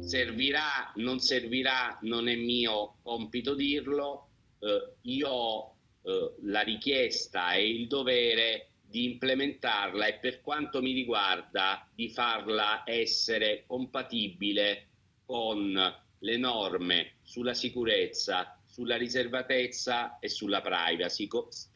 servirà, non servirà, non è mio compito dirlo. Io ho la richiesta e il dovere di implementarla e, per quanto mi riguarda, di farla essere compatibile con le norme sulla sicurezza, sulla riservatezza e sulla privacy.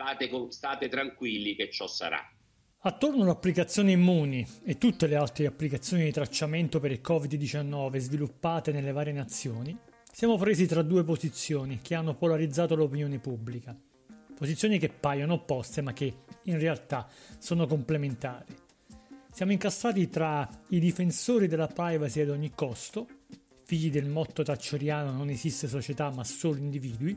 State tranquilli che ciò sarà. Attorno all'applicazione Immuni e tutte le altre applicazioni di tracciamento per il Covid-19 sviluppate nelle varie nazioni, siamo presi tra due posizioni che hanno polarizzato l'opinione pubblica. Posizioni che paiono opposte ma che in realtà sono complementari. Siamo incastrati tra i difensori della privacy ad ogni costo, figli del motto thatcheriano non esiste società ma solo individui,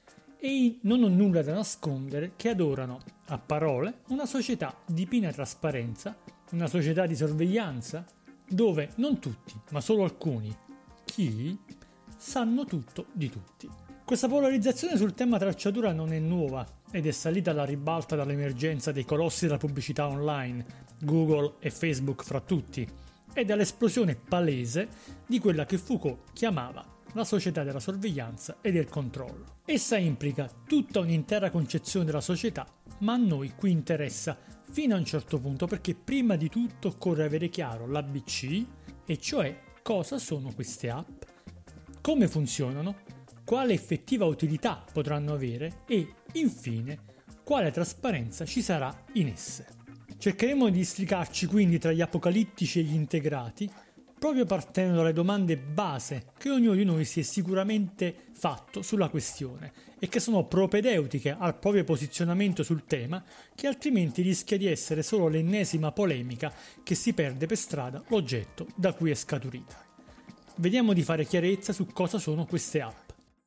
e i non ho nulla da nascondere che adorano, a parole, una società di piena trasparenza, una società di sorveglianza, dove non tutti, ma solo alcuni, chi, sanno tutto di tutti. Questa polarizzazione sul tema tracciatura non è nuova ed è salita alla ribalta dall'emergenza dei colossi della pubblicità online, Google e Facebook fra tutti, e dall'esplosione palese di quella che Foucault chiamava la società della sorveglianza e del controllo. Essa implica tutta un'intera concezione della società, ma a noi qui interessa fino a un certo punto perché prima di tutto occorre avere chiaro l'ABC, e cioè cosa sono queste app, come funzionano, quale effettiva utilità potranno avere e, infine, quale trasparenza ci sarà in esse. Cercheremo di districarci quindi tra gli apocalittici e gli integrati, proprio partendo dalle domande base che ognuno di noi si è sicuramente fatto sulla questione e che sono propedeutiche al proprio posizionamento sul tema, che altrimenti rischia di essere solo l'ennesima polemica che si perde per strada l'oggetto da cui è scaturita. Vediamo di fare chiarezza su cosa sono queste app.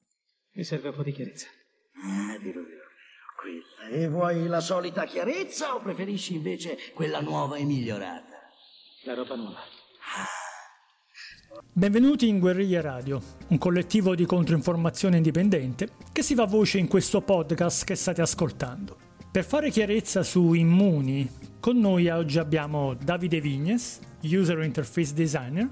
Mi serve un po' di chiarezza. Quella. E vuoi la solita chiarezza o preferisci invece quella nuova e migliorata? La roba nuova. Benvenuti in Guerriglia Radio, un collettivo di controinformazione indipendente che si fa voce in questo podcast che state ascoltando. Per fare chiarezza su Immuni, con noi oggi abbiamo Davide Vignes, User Interface Designer.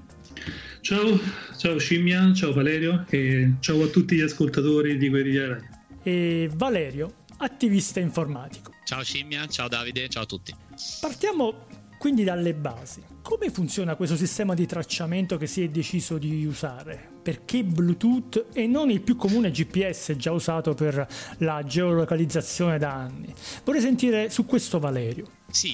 Ciao Scimmia, ciao Valerio e ciao a tutti gli ascoltatori di Guerriglia Radio. E Valerio, attivista informatico. Ciao Scimmia, ciao Davide, ciao a tutti. Partiamo quindi dalle basi. Come funziona questo sistema di tracciamento che si è deciso di usare? Perché Bluetooth e non il più comune GPS già usato per la geolocalizzazione da anni? Vorrei sentire su questo Valerio. Sì,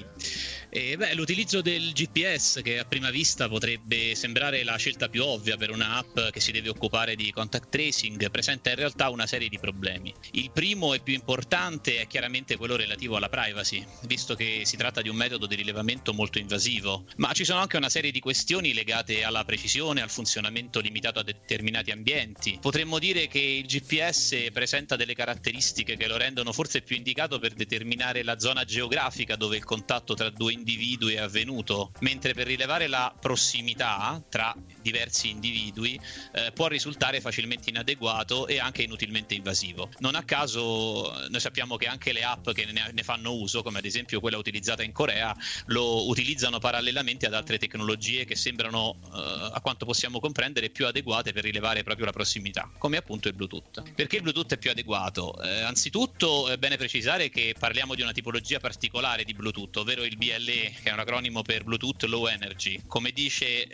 l'utilizzo del GPS, che a prima vista potrebbe sembrare la scelta più ovvia per un'app che si deve occupare di contact tracing, presenta in realtà una serie di problemi. Il primo e più importante è chiaramente quello relativo alla privacy, visto che si tratta di un metodo di rilevamento molto invasivo, ma ci sono anche una serie di questioni legate alla precisione, al funzionamento limitato a determinati ambienti. Potremmo dire che il GPS presenta delle caratteristiche che lo rendono forse più indicato per determinare la zona geografica dove il contatto tra due individui è avvenuto, mentre per rilevare la prossimità tra diversi individui può risultare facilmente inadeguato e anche inutilmente invasivo. Non a caso noi sappiamo che anche le app che ne fanno uso, come ad esempio quella utilizzata in Corea, lo utilizzano parallelamente ad altre tecnologie che sembrano, a quanto possiamo comprendere, più adeguate per rilevare proprio la prossimità, come appunto il Bluetooth. Perché il Bluetooth è più adeguato? Anzitutto è bene precisare che parliamo di una tipologia particolare di Bluetooth, ovvero il BLE, che è un acronimo per Bluetooth Low Energy. Come dice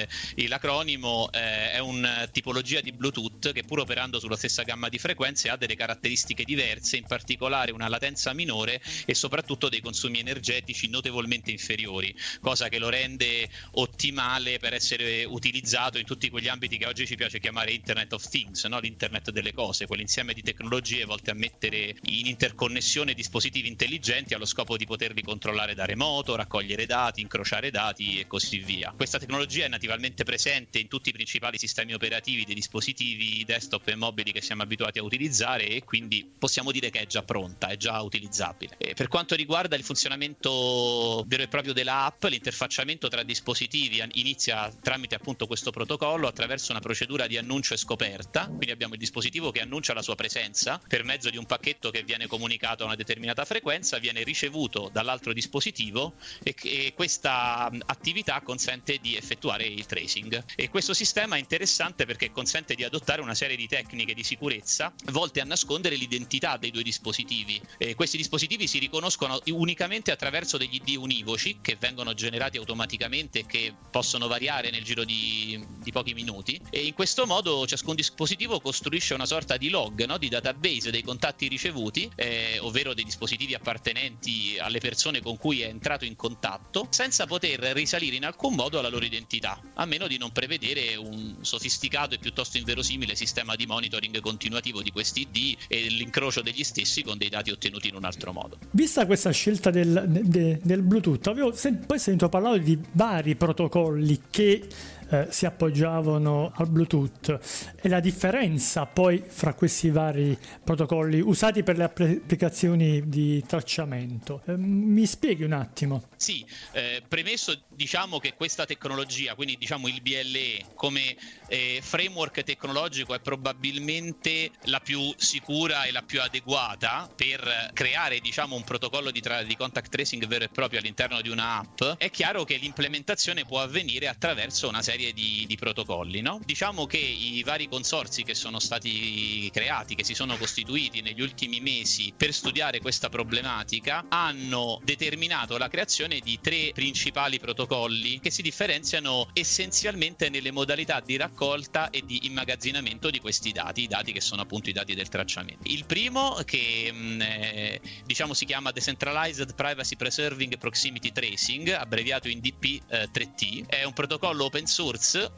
l'acronimo, è una tipologia di Bluetooth che, pur operando sulla stessa gamma di frequenze, ha delle caratteristiche diverse, in particolare una latenza minore e soprattutto dei consumi energetici notevolmente inferiori, cosa che lo rende ottimale per essere utilizzato in tutti quegli ambiti che oggi ci piace chiamare Internet of Things, no? L'internet delle cose, quell'insieme di tecnologie volte a mettere in interconnessione dispositivi intelligenti allo scopo di poterli controllare da remoto, raccogliere dati, incrociare dati e così via. Questa tecnologia è nativamente presente in tutti i principali sistemi operativi dei dispositivi desktop e mobili che siamo abituati a utilizzare, e quindi possiamo dire che è già pronta, è già utilizzabile. E per quanto riguarda il funzionamento vero e proprio della app, l'interfacciamento tra dispositivi inizia tramite appunto questo protocollo attraverso una procedura di annuncio e scoperta. Quindi abbiamo il dispositivo che annuncia la sua presenza per mezzo di un pacchetto che viene comunicato a una determinata frequenza, viene ricevuto dall'altro dispositivo e questa attività consente di effettuare il tracing. E questo sistema è interessante perché consente di adottare una serie di tecniche di sicurezza volte a nascondere l'identità dei due dispositivi. Questi dispositivi si riconoscono unicamente attraverso degli ID univoci che vengono generati automaticamente e che possono variare nel giro di pochi minuti, e in questo modo ciascun dispositivo costruisce una sorta di log, no? Di database dei contatti ricevuti, ovvero dei dispositivi appartenenti alle persone con cui è entrato in contatto, senza poter risalire in alcun modo alla loro identità, a meno di non prevedere un sofisticato e piuttosto inverosimile sistema di monitoring continuativo di questi ID e l'incrocio degli stessi con dei dati ottenuti in un altro modo. Vista questa scelta del Bluetooth, avevo poi sentito parlare di vari protocolli che si appoggiavano al Bluetooth, e la differenza poi fra questi vari protocolli usati per le applicazioni di tracciamento. Mi spieghi un attimo? Sì, premesso diciamo che questa tecnologia, quindi diciamo il BLE come framework tecnologico, è probabilmente la più sicura e la più adeguata per creare diciamo un protocollo di contact tracing vero e proprio all'interno di una app. È chiaro che l'implementazione può avvenire attraverso una serie di protocolli, no? Diciamo che i vari consorzi che sono stati creati, che si sono costituiti negli ultimi mesi per studiare questa problematica, hanno determinato la creazione di 3 principali protocolli che si differenziano essenzialmente nelle modalità di raccolta e di immagazzinamento di questi dati, i dati che sono appunto i dati del tracciamento. Il primo, che diciamo si chiama Decentralized Privacy Preserving Proximity Tracing, abbreviato in DP3T, è un protocollo open source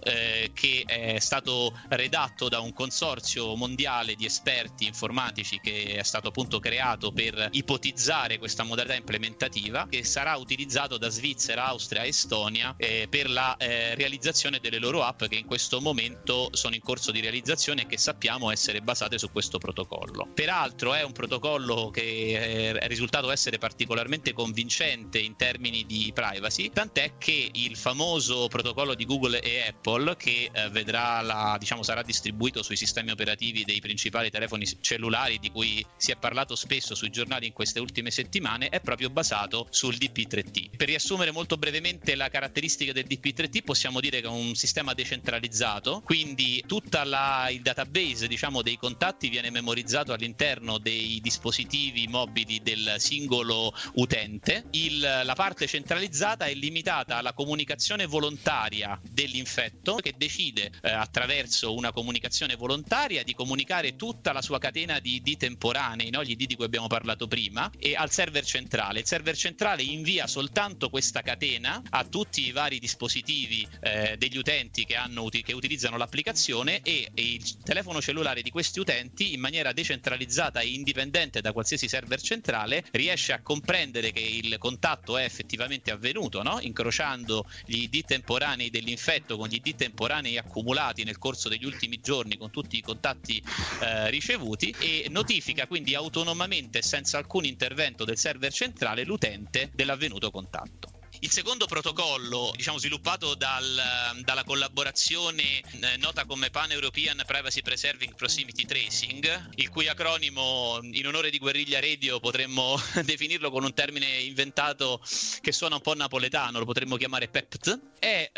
che è stato redatto da un consorzio mondiale di esperti informatici che è stato appunto creato per ipotizzare questa modalità implementativa, che sarà utilizzato da Svizzera, Austria e Estonia per la realizzazione delle loro app, che in questo momento sono in corso di realizzazione e che sappiamo essere basate su questo protocollo. Peraltro è un protocollo che è risultato essere particolarmente convincente in termini di privacy, tant'è che il famoso protocollo di Google e Apple, che sarà distribuito sui sistemi operativi dei principali telefoni cellulari, di cui si è parlato spesso sui giornali in queste ultime settimane, è proprio basato sul DP3T. Per riassumere molto brevemente la caratteristica del DP3T, possiamo dire che è un sistema decentralizzato, quindi tutta il database diciamo dei contatti viene memorizzato all'interno dei dispositivi mobili del singolo utente. La parte centralizzata è limitata alla comunicazione volontaria dell'infetto, che decide attraverso una comunicazione volontaria di comunicare tutta la sua catena di ID temporanei, no? Gli ID di cui abbiamo parlato prima, e al server centrale. Il server centrale invia soltanto questa catena a tutti i vari dispositivi degli utenti che utilizzano l'applicazione, e il telefono cellulare di questi utenti, in maniera decentralizzata e indipendente da qualsiasi server centrale, riesce a comprendere che il contatto è effettivamente avvenuto, no? Incrociando gli ID temporanei dell'infetto con gli ID temporanei accumulati nel corso degli ultimi giorni con tutti i contatti ricevuti, e notifica quindi autonomamente, senza alcun intervento del server centrale, l'utente dell'avvenuto contatto. Il secondo protocollo, diciamo sviluppato dalla collaborazione nota come Pan-European Privacy Preserving Proximity Tracing, il cui acronimo in onore di Guerriglia Radio potremmo definirlo con un termine inventato che suona un po' napoletano, lo potremmo chiamare PEPT, è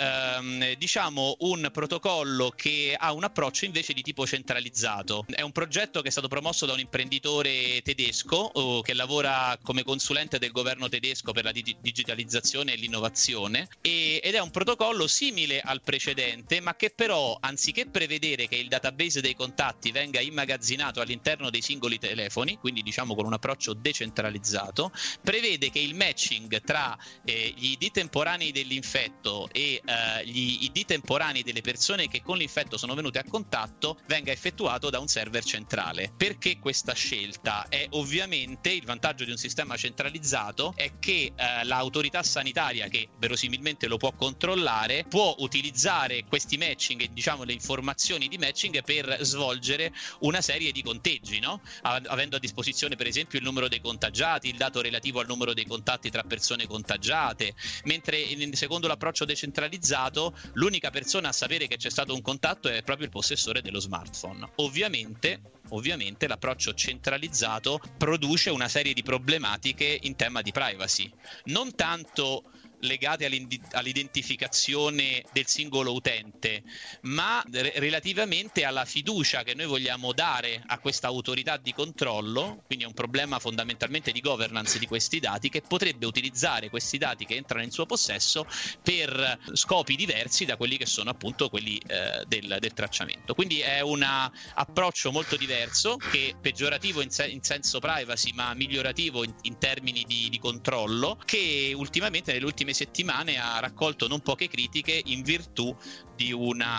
diciamo un protocollo che ha un approccio invece di tipo centralizzato. È un progetto che è stato promosso da un imprenditore tedesco che lavora come consulente del governo tedesco per la digitalizzazione e l'innovazione, ed è un protocollo simile al precedente, ma che però, anziché prevedere che il database dei contatti venga immagazzinato all'interno dei singoli telefoni, quindi diciamo con un approccio decentralizzato, prevede che il matching tra gli ID temporanei dell'infetto e gli ID temporanei delle persone che con l'infetto sono venute a contatto venga effettuato da un server centrale. Perché questa scelta? È ovviamente il vantaggio di un sistema centralizzato è che l'autorità sanitaria, che verosimilmente lo può controllare, può utilizzare questi matching e diciamo le informazioni di matching per svolgere una serie di conteggi, no? Avendo a disposizione per esempio il numero dei contagiati, il dato relativo al numero dei contatti tra persone contagiate, mentre secondo l'approccio decentralizzato l'unica persona a sapere che c'è stato un contatto è proprio il possessore dello smartphone. Ovviamente ovviamente l'approccio centralizzato produce una serie di problematiche in tema di privacy, non tanto legate all'identificazione del singolo utente, ma relativamente alla fiducia che noi vogliamo dare a questa autorità di controllo. Quindi è un problema fondamentalmente di governance di questi dati, che potrebbe utilizzare questi dati che entrano in suo possesso per scopi diversi da quelli che sono appunto quelli del tracciamento. Quindi è un approccio molto diverso, che è peggiorativo in senso privacy, ma migliorativo in termini di controllo, che ultimamente nelle ultime settimane ha raccolto non poche critiche in virtù di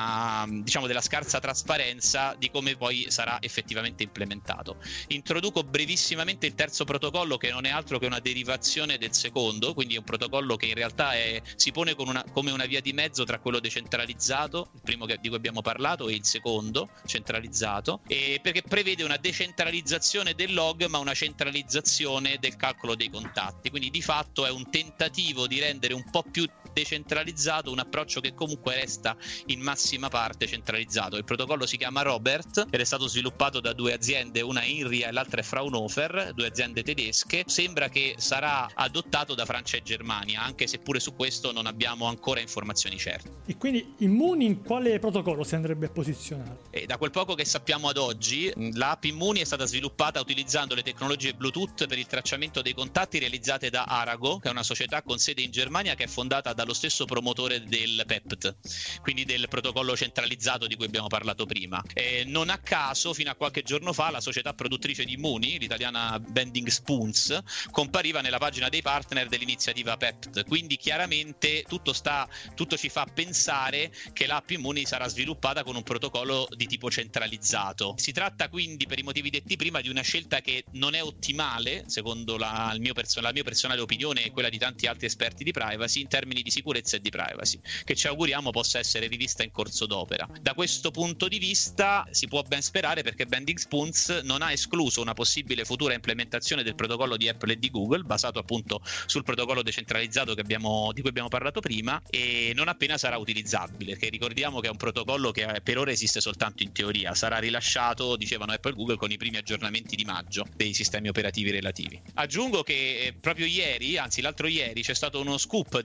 della scarsa trasparenza di come poi sarà effettivamente implementato. Introduco brevissimamente il terzo protocollo, che non è altro che una derivazione del secondo, quindi è un protocollo che in realtà si pone come una via di mezzo tra quello decentralizzato, il primo di cui abbiamo parlato, e il secondo centralizzato, perché prevede una decentralizzazione del log ma una centralizzazione del calcolo dei contatti. Quindi di fatto è un tentativo di rendere un po' più decentralizzato un approccio che comunque resta in massima parte centralizzato. Il protocollo si chiama Robert ed è stato sviluppato da due aziende, una INRIA e l'altra è Fraunhofer, due aziende tedesche. Sembra che sarà adottato da Francia e Germania, anche se pure su questo non abbiamo ancora informazioni certe. E quindi Immuni in quale protocollo si andrebbe a posizionare? Da quel poco che sappiamo ad oggi, l'app Immuni è stata sviluppata utilizzando le tecnologie Bluetooth per il tracciamento dei contatti realizzate da Arago, che è una società con sede in Germania che è fondata dallo stesso promotore del PEPT, quindi del protocollo centralizzato di cui abbiamo parlato prima. Non a caso, fino a qualche giorno fa, la società produttrice di Immuni, l'italiana Bending Spoons, compariva nella pagina dei partner dell'iniziativa PEPT. Quindi chiaramente tutto ci fa pensare che l'app Immuni sarà sviluppata con un protocollo di tipo centralizzato. Si tratta quindi, per i motivi detti prima, di una scelta che non è ottimale, secondo la mia personale opinione e quella di tanti altri esperti di privacy, in termini di sicurezza e di privacy, che ci auguriamo possa essere rivista in corso d'opera. Da questo punto di vista si può ben sperare, perché Bending Spoons non ha escluso una possibile futura implementazione del protocollo di Apple e di Google, basato appunto sul protocollo decentralizzato di cui abbiamo parlato prima, e non appena sarà utilizzabile, che ricordiamo che è un protocollo che per ora esiste soltanto in teoria. Sarà rilasciato, dicevano Apple e Google, con i primi aggiornamenti di maggio dei sistemi operativi relativi. Aggiungo che proprio ieri, anzi l'altro ieri, c'è stato uno scoop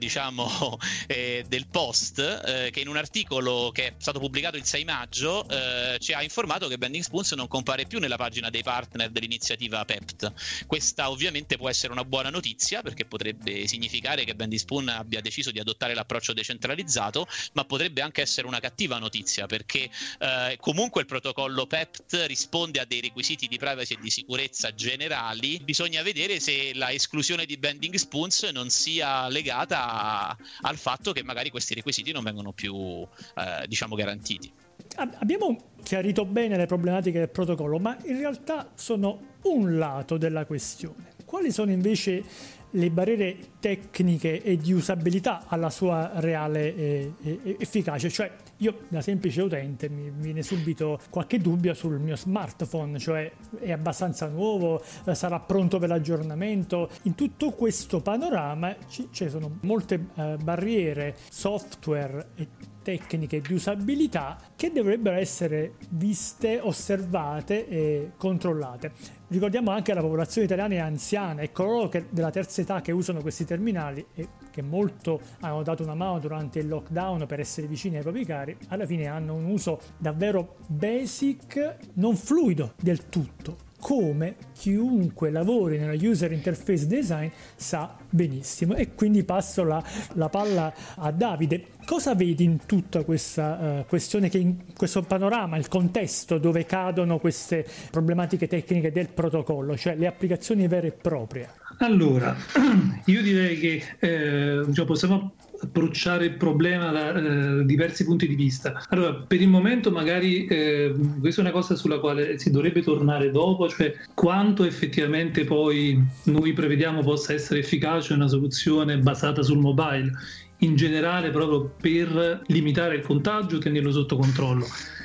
del Post, che in un articolo che è stato pubblicato il 6 maggio ci ha informato che Bending Spoons non compare più nella pagina dei partner dell'iniziativa PEPT. Questa ovviamente può essere una buona notizia, perché potrebbe significare che Bending Spoon abbia deciso di adottare l'approccio decentralizzato, ma potrebbe anche essere una cattiva notizia, perché comunque il protocollo PEPT risponde a dei requisiti di privacy e di sicurezza generali. Bisogna vedere se la esclusione di Bending Spoons non sia legata al fatto che magari questi requisiti non vengono più garantiti. Abbiamo chiarito bene le problematiche del protocollo, ma in realtà sono un lato della questione. Quali sono invece le barriere tecniche e di usabilità alla sua reale efficacia? Cioè, io da semplice utente mi viene subito qualche dubbio sul mio smartphone, cioè è abbastanza nuovo, sarà pronto per l'aggiornamento. In tutto questo panorama ci sono molte barriere software e tecniche di usabilità che dovrebbero essere viste, osservate e controllate. Ricordiamo anche la popolazione italiana è anziana e coloro della terza età che usano questi terminali e che molto hanno dato una mano durante il lockdown per essere vicini ai propri cari, alla fine hanno un uso davvero basic, non fluido del tutto, come chiunque lavori nella user interface design sa benissimo. E quindi passo la palla a Davide. Cosa vedi in tutta questa questione, che in questo panorama, il contesto dove cadono queste problematiche tecniche del protocollo, cioè le applicazioni vere e proprie? Allora, io direi che possiamo approcciare il problema da diversi punti di vista. Allora, per il momento magari questa è una cosa sulla quale si dovrebbe tornare dopo, cioè quanto effettivamente poi noi prevediamo possa essere efficace una soluzione basata sul mobile, in generale proprio per limitare il contagio e tenerlo sotto controllo.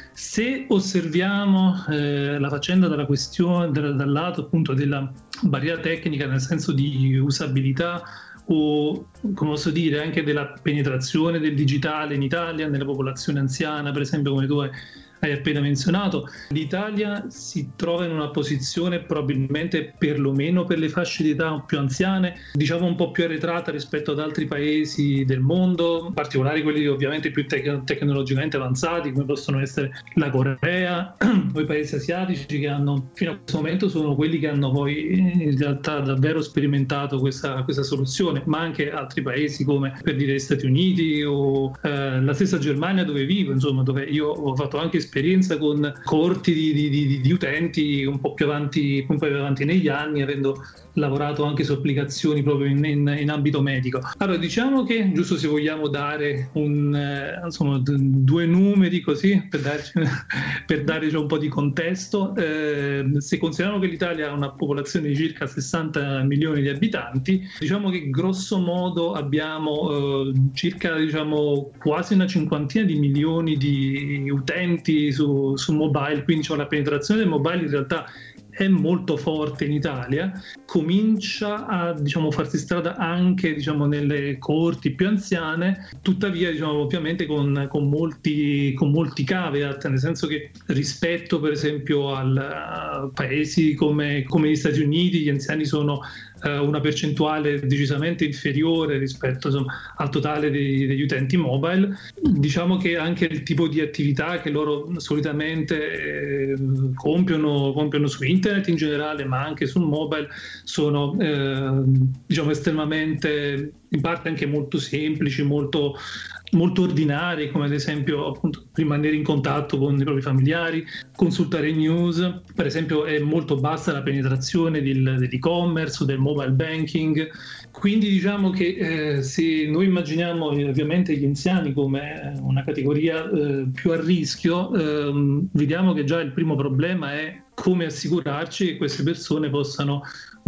Se osserviamo la faccenda dalla questione dal lato appunto della barriera tecnica, nel senso di usabilità o, come posso dire, anche della penetrazione del digitale in Italia, nella popolazione anziana, per esempio, come tu hai hai appena menzionato. L'Italia si trova in una posizione probabilmente, perlomeno per le fasce di età più anziane, diciamo un po' più arretrata rispetto ad altri paesi del mondo, in particolare quelli ovviamente più tecnologicamente avanzati, come possono essere la Corea o i paesi asiatici, che hanno fino a questo momento sono quelli che hanno poi in realtà davvero sperimentato questa soluzione, ma anche altri paesi come per dire gli Stati Uniti o la stessa Germania dove vivo, insomma, dove io ho fatto anche esperienza con coorti di utenti un po' più avanti negli anni, avendo lavorato anche su applicazioni proprio in ambito medico. Allora, diciamo che, giusto se vogliamo dare due numeri così per dare un po' di contesto, se consideriamo che l'Italia ha una popolazione di circa 60 milioni di abitanti, diciamo che grosso modo abbiamo circa quasi una cinquantina di milioni di utenti su mobile, quindi la penetrazione del mobile in realtà è molto forte in Italia, comincia a farsi strada anche nelle coorti più anziane, tuttavia ovviamente con molti caveat, nel senso che rispetto per esempio a paesi come gli Stati Uniti, gli anziani sono una percentuale decisamente inferiore rispetto al totale degli utenti mobile. Diciamo che anche il tipo di attività che loro solitamente compiono su internet in generale, ma anche sul mobile, sono estremamente, in parte anche molto semplici, molto ordinari, come ad esempio appunto rimanere in contatto con i propri familiari, consultare news. Per esempio è molto bassa la penetrazione dell'e-commerce o del mobile banking, quindi diciamo che se noi immaginiamo ovviamente gli anziani come una categoria più a rischio, vediamo che già il primo problema è come assicurarci che queste persone possano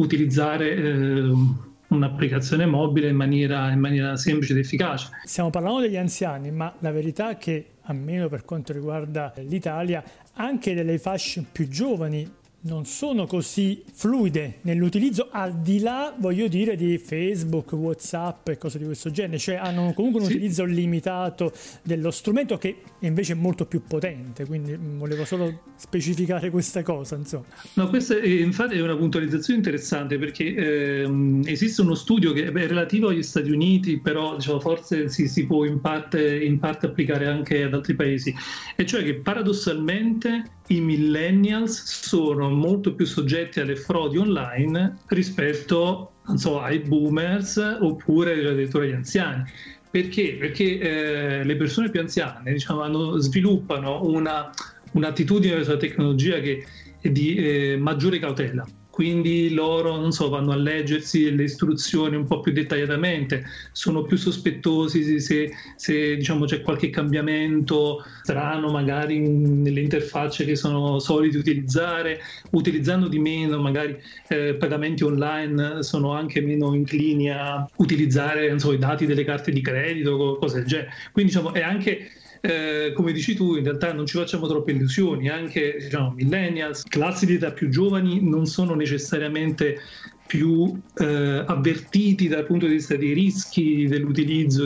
utilizzare un'applicazione mobile in maniera semplice ed efficace. Stiamo parlando degli anziani, ma la verità è che, almeno per quanto riguarda l'Italia, anche delle fasce più giovani non sono così fluide nell'utilizzo, al di là, voglio dire, di Facebook, WhatsApp e cose di questo genere, cioè hanno comunque un utilizzo limitato dello strumento, che invece è molto più potente, quindi volevo solo specificare questa cosa, insomma. No, questa infatti è una puntualizzazione interessante, perché esiste uno studio che è relativo agli Stati Uniti, però forse si può in parte applicare anche ad altri paesi, e cioè che paradossalmente i millennials sono molto più soggetti alle frodi online rispetto ai boomers oppure addirittura agli anziani. Perché? Perché le persone più anziane sviluppano un'attitudine verso la tecnologia che è di maggiore cautela. Quindi loro, vanno a leggersi le istruzioni un po' più dettagliatamente, sono più sospettosi se c'è qualche cambiamento strano magari nelle interfacce che sono soliti utilizzare, utilizzando di meno magari pagamenti online, sono anche meno inclini a utilizzare i dati delle carte di credito, cose del genere. Quindi è anche come dici tu, in realtà non ci facciamo troppe illusioni, anche millennials, classi di età più giovani non sono necessariamente più avvertiti dal punto di vista dei rischi dell'utilizzo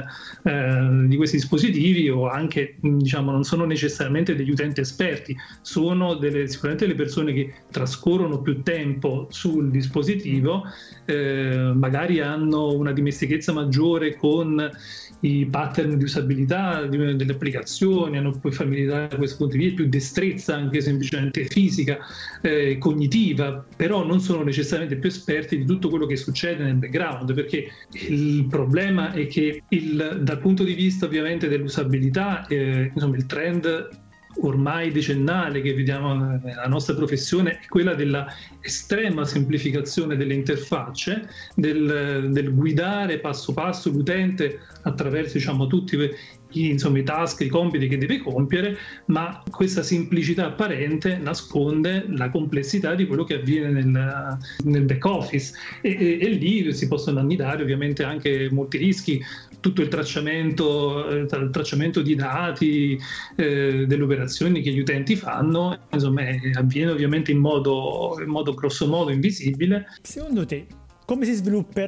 di questi dispositivi, o anche non sono necessariamente degli utenti esperti, sono sicuramente delle persone che trascorrono più tempo sul dispositivo, magari hanno una dimestichezza maggiore con i pattern di usabilità delle applicazioni, hanno poi familiarità da questo punto di vista, più destrezza anche semplicemente fisica, cognitiva, però non sono necessariamente più esperti di tutto quello che succede nel background, perché il problema è che dal punto di vista ovviamente dell'usabilità, il trend ormai decennale che vediamo nella nostra professione è quella della estrema semplificazione delle interfacce, del guidare passo passo l'utente attraverso tutti i task, i compiti che deve compiere, ma questa semplicità apparente nasconde la complessità di quello che avviene nel back office, e lì si possono annidare ovviamente anche molti rischi. Tutto il tracciamento di dati, delle operazioni che gli utenti fanno, avviene ovviamente in modo grosso modo invisibile. Secondo te come si svilupperà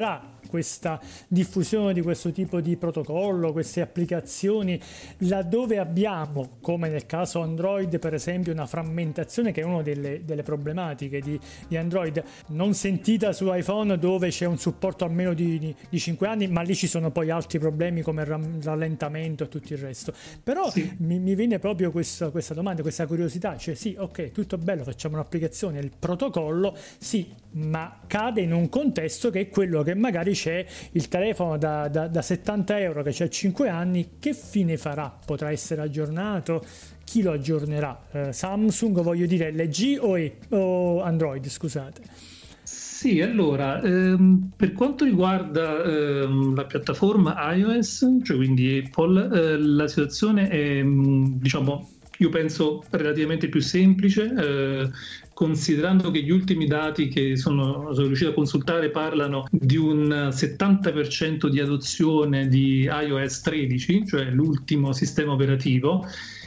questa diffusione di questo tipo di protocollo, queste applicazioni, laddove abbiamo, come nel caso Android per esempio, una frammentazione che è una delle problematiche di Android, non sentita su iPhone, dove c'è un supporto almeno di 5 anni, ma lì ci sono poi altri problemi come il rallentamento e tutto il resto. Però sì, mi viene proprio questa domanda, questa curiosità, cioè sì, ok, tutto bello, facciamo un'applicazione, il protocollo, sì, ma cade in un contesto che è quello che magari c'è il telefono da 70 euro che c'ha 5 anni, che fine farà? Potrà essere aggiornato? Chi lo aggiornerà? Samsung, voglio dire, LG o Android, scusate? Sì, allora, per quanto riguarda la piattaforma iOS, cioè quindi Apple, la situazione è, diciamo, io penso relativamente più semplice, considerando che gli ultimi dati che sono riuscito a consultare parlano di un 70% di adozione di iOS 13, cioè l'ultimo sistema operativo,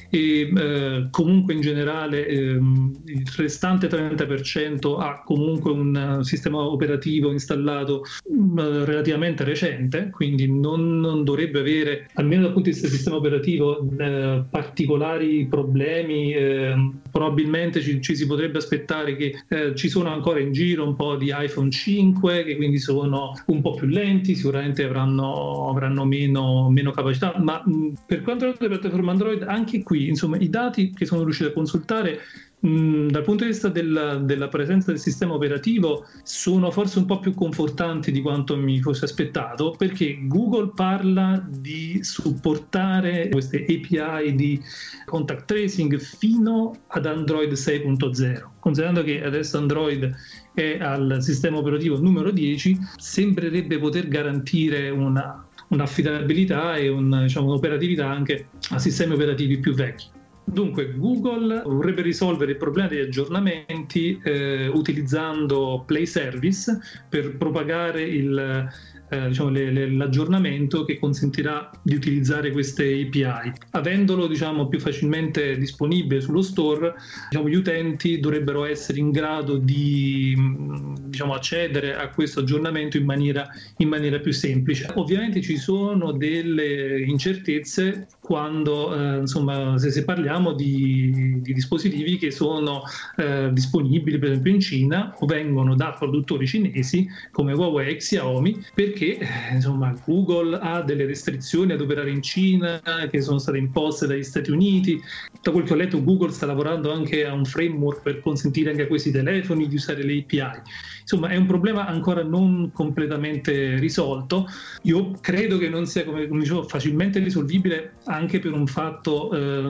e comunque in generale il restante 30% ha comunque un sistema operativo installato relativamente recente, quindi non dovrebbe avere, almeno dal punto di vista del sistema operativo, particolari problemi. Probabilmente ci si potrebbe aspettare che ci sono ancora in giro un po' di iPhone 5 che quindi sono un po' più lenti, sicuramente avranno meno capacità, ma per quanto riguarda le piattaforme Android, anche qui insomma i dati che sono riuscito a consultare dal punto di vista della presenza del sistema operativo sono forse un po' più confortanti di quanto mi fosse aspettato, perché Google parla di supportare queste API di contact tracing fino ad Android 6.0. Considerando che adesso Android è al sistema operativo numero 10, sembrerebbe poter garantire un'affidabilità e un'operatività anche a sistemi operativi più vecchi. Dunque Google vorrebbe risolvere il problema degli aggiornamenti utilizzando Play Service per propagare l'aggiornamento che consentirà di utilizzare queste API. Avendolo più facilmente disponibile sullo store, gli utenti dovrebbero essere in grado di accedere a questo aggiornamento in maniera più semplice. Ovviamente ci sono delle incertezze quando se parliamo di dispositivi che sono disponibili per esempio in Cina o vengono da produttori cinesi come Huawei e Xiaomi, perché Google ha delle restrizioni ad operare in Cina che sono state imposte dagli Stati Uniti. Da quel che ho letto, Google sta lavorando anche a un framework per consentire anche a questi telefoni di usare le API. Insomma, è un problema ancora non completamente risolto. Io credo che non sia, come dicevo, facilmente risolvibile, anche per un fatto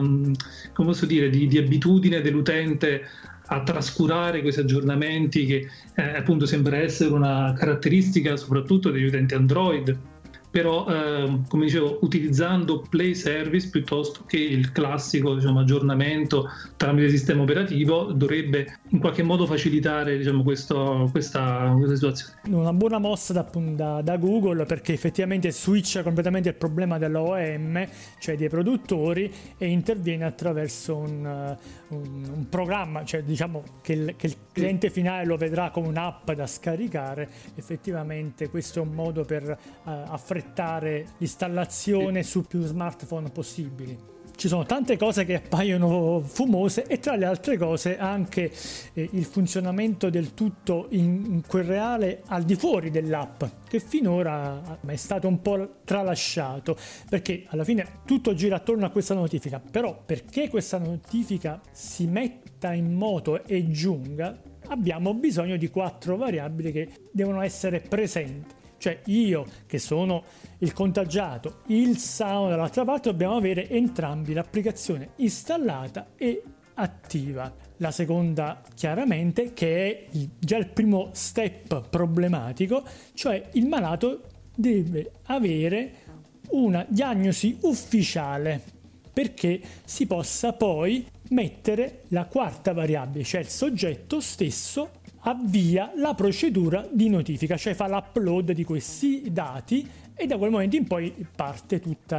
di abitudine dell'utente a trascurare questi aggiornamenti che appunto sembra essere una caratteristica soprattutto degli utenti Android. Però come dicevo, utilizzando Play Service piuttosto che il classico aggiornamento tramite sistema operativo dovrebbe in qualche modo facilitare questa situazione. Una buona mossa da Google, perché effettivamente switcha completamente il problema dell'OEM, cioè dei produttori, e interviene attraverso un programma, cioè che il cliente finale lo vedrà come un'app da scaricare. Effettivamente questo è un modo per affrettare l'installazione su più smartphone possibili. Ci sono tante cose che appaiono fumose, e tra le altre cose anche il funzionamento del tutto in quel reale al di fuori dell'app, che finora è stato un po' tralasciato, perché alla fine tutto gira attorno a questa notifica. Però perché questa notifica si metta in moto e giunga, abbiamo bisogno di 4 variabili che devono essere presenti. Cioè io, che sono il contagiato, il sano dall'altra parte, dobbiamo avere entrambi l'applicazione installata e attiva. La seconda, chiaramente, che è già il primo step problematico, cioè il malato deve avere una diagnosi ufficiale, perché si possa poi mettere la quarta variabile, cioè il soggetto stesso avvia la procedura di notifica, cioè fa l'upload di questi dati e da quel momento in poi parte tutta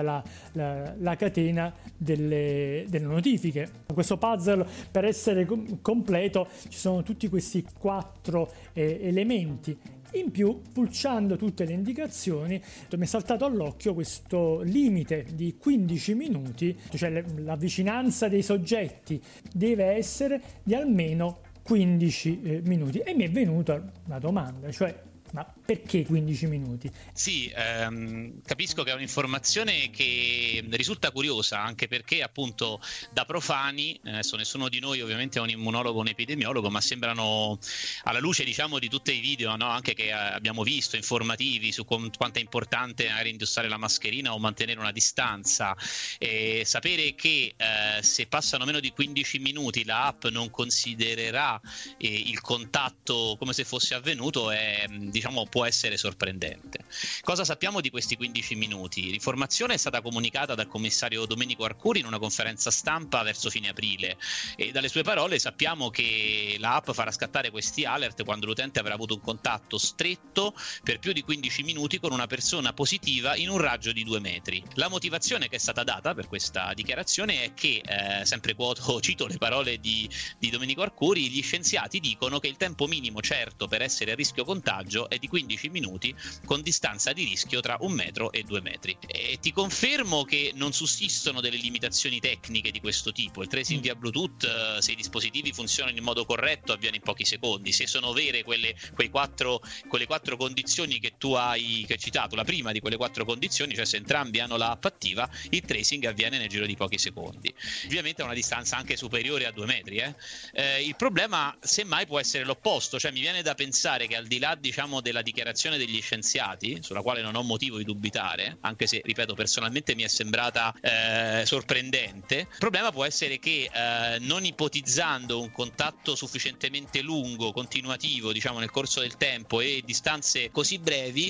la catena delle notifiche. Questo puzzle, per essere completo, ci sono tutti questi 4 elementi. In più, pulciando tutte le indicazioni, mi è saltato all'occhio questo limite di 15 minuti, cioè la vicinanza dei soggetti deve essere di almeno 15 minuti. E mi è venuta una domanda, cioè, ma perché 15 minuti? Sì, capisco che è un'informazione che risulta curiosa, anche perché appunto da profani, adesso nessuno di noi ovviamente è un immunologo o un epidemiologo, ma sembrano, alla luce diciamo di tutti i video, no, anche che abbiamo visto, informativi su quanto è importante magari indossare la mascherina o mantenere una distanza, sapere che se passano meno di 15 minuti la app non considererà il contatto come se fosse avvenuto diciamo può essere sorprendente. Cosa sappiamo di questi 15 minuti? L'informazione è stata comunicata dal commissario Domenico Arcuri in una conferenza stampa verso fine aprile, e dalle sue parole sappiamo che la app farà scattare questi alert quando l'utente avrà avuto un contatto stretto per più di 15 minuti con una persona positiva in un raggio di 2 metri. La motivazione che è stata data per questa dichiarazione è che, sempre cito le parole di Domenico Arcuri, gli scienziati dicono che il tempo minimo certo per essere a rischio contagio è di 15 minuti con distanza di rischio tra 1 metro e 2 metri. E ti confermo che non sussistono delle limitazioni tecniche di questo tipo. Il tracing via Bluetooth, se i dispositivi funzionano in modo corretto, avviene in pochi secondi. Se sono vere quelle 4 condizioni che tu hai citato, la prima di quelle 4 condizioni, cioè se entrambi hanno l'app attiva, il tracing avviene nel giro di pochi secondi. Ovviamente a una distanza anche superiore a 2 metri. Il problema semmai può essere l'opposto, cioè mi viene da pensare che al di là diciamo della dichiarazione degli scienziati, sulla quale non ho motivo di dubitare, anche se ripeto personalmente mi è sembrata sorprendente, il problema può essere che non ipotizzando un contatto sufficientemente lungo, continuativo diciamo nel corso del tempo e distanze così brevi,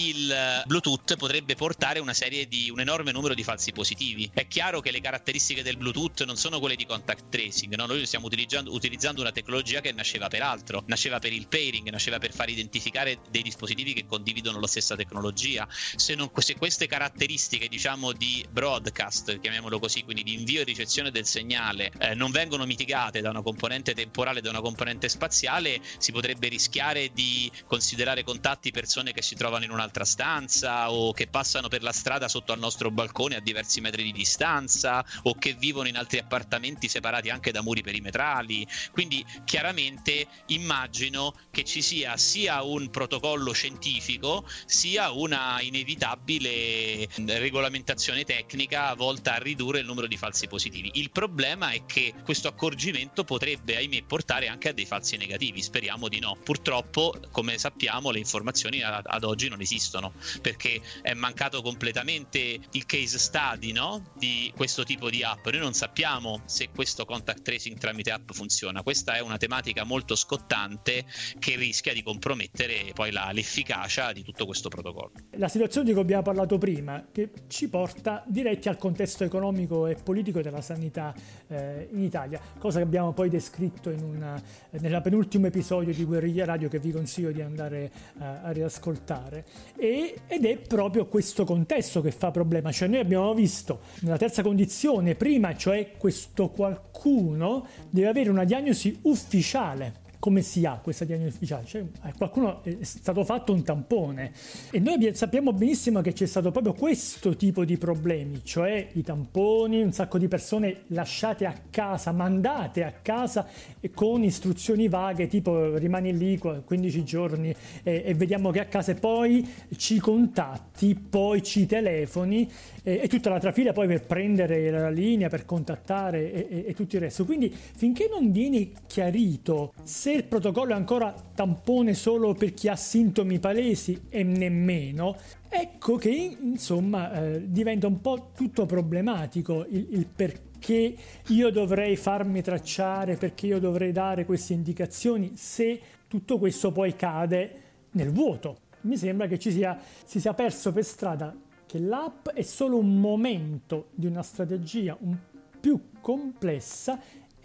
il Bluetooth potrebbe portare un enorme numero di falsi positivi. È chiaro che le caratteristiche del Bluetooth non sono quelle di contact tracing, no? Noi stiamo utilizzando una tecnologia che nasceva per altro, nasceva per il pairing, nasceva per far identificare dei dispositivi che condividono la stessa tecnologia. Se queste caratteristiche diciamo di broadcast, chiamiamolo così, quindi di invio e ricezione del segnale, non vengono mitigate da una componente temporale e da una componente spaziale, si potrebbe rischiare di considerare contatti persone che si trovano in un'altra stanza o che passano per la strada sotto al nostro balcone a diversi metri di distanza o che vivono in altri appartamenti separati anche da muri perimetrali. Quindi chiaramente immagino che ci sia sia un protocollo scientifico sia una inevitabile regolamentazione tecnica volta a ridurre il numero di falsi positivi. Il problema è che questo accorgimento potrebbe, ahimè, portare anche a dei falsi negativi. Speriamo di no. Purtroppo, come sappiamo, le informazioni ad oggi non esistono, perché è mancato completamente il case study, no? Di questo tipo di app. Noi non sappiamo se questo contact tracing tramite app funziona. Questa è una tematica molto scottante che rischia di compromettere poi l'efficacia di tutto questo protocollo. La situazione di cui abbiamo parlato prima, che ci porta diretti al contesto economico e politico della sanità in Italia, cosa che abbiamo poi descritto nel penultimo episodio di Guerriglia Radio, che vi consiglio di andare a riascoltare, ed è proprio questo contesto che fa problema. Cioè noi abbiamo visto nella terza condizione prima, cioè questo qualcuno deve avere una diagnosi ufficiale. Come si ha questa diagnosi ufficiale? Cioè, qualcuno è stato fatto un tampone, e noi sappiamo benissimo che c'è stato proprio questo tipo di problemi, cioè i tamponi, un sacco di persone lasciate a casa, mandate a casa con istruzioni vaghe tipo rimani lì 15 giorni e vediamo che a casa, e poi ci contatti, poi ci telefoni e tutta la trafila poi per prendere la linea, per contattare e tutto il resto. Quindi finché non viene chiarito se il protocollo è ancora tampone solo per chi ha sintomi palesi e nemmeno, ecco che insomma diventa un po' tutto problematico il perché io dovrei farmi tracciare, perché io dovrei dare queste indicazioni, se tutto questo poi cade nel vuoto. Mi sembra che si sia perso per strada che l'app è solo un momento di una strategia più complessa,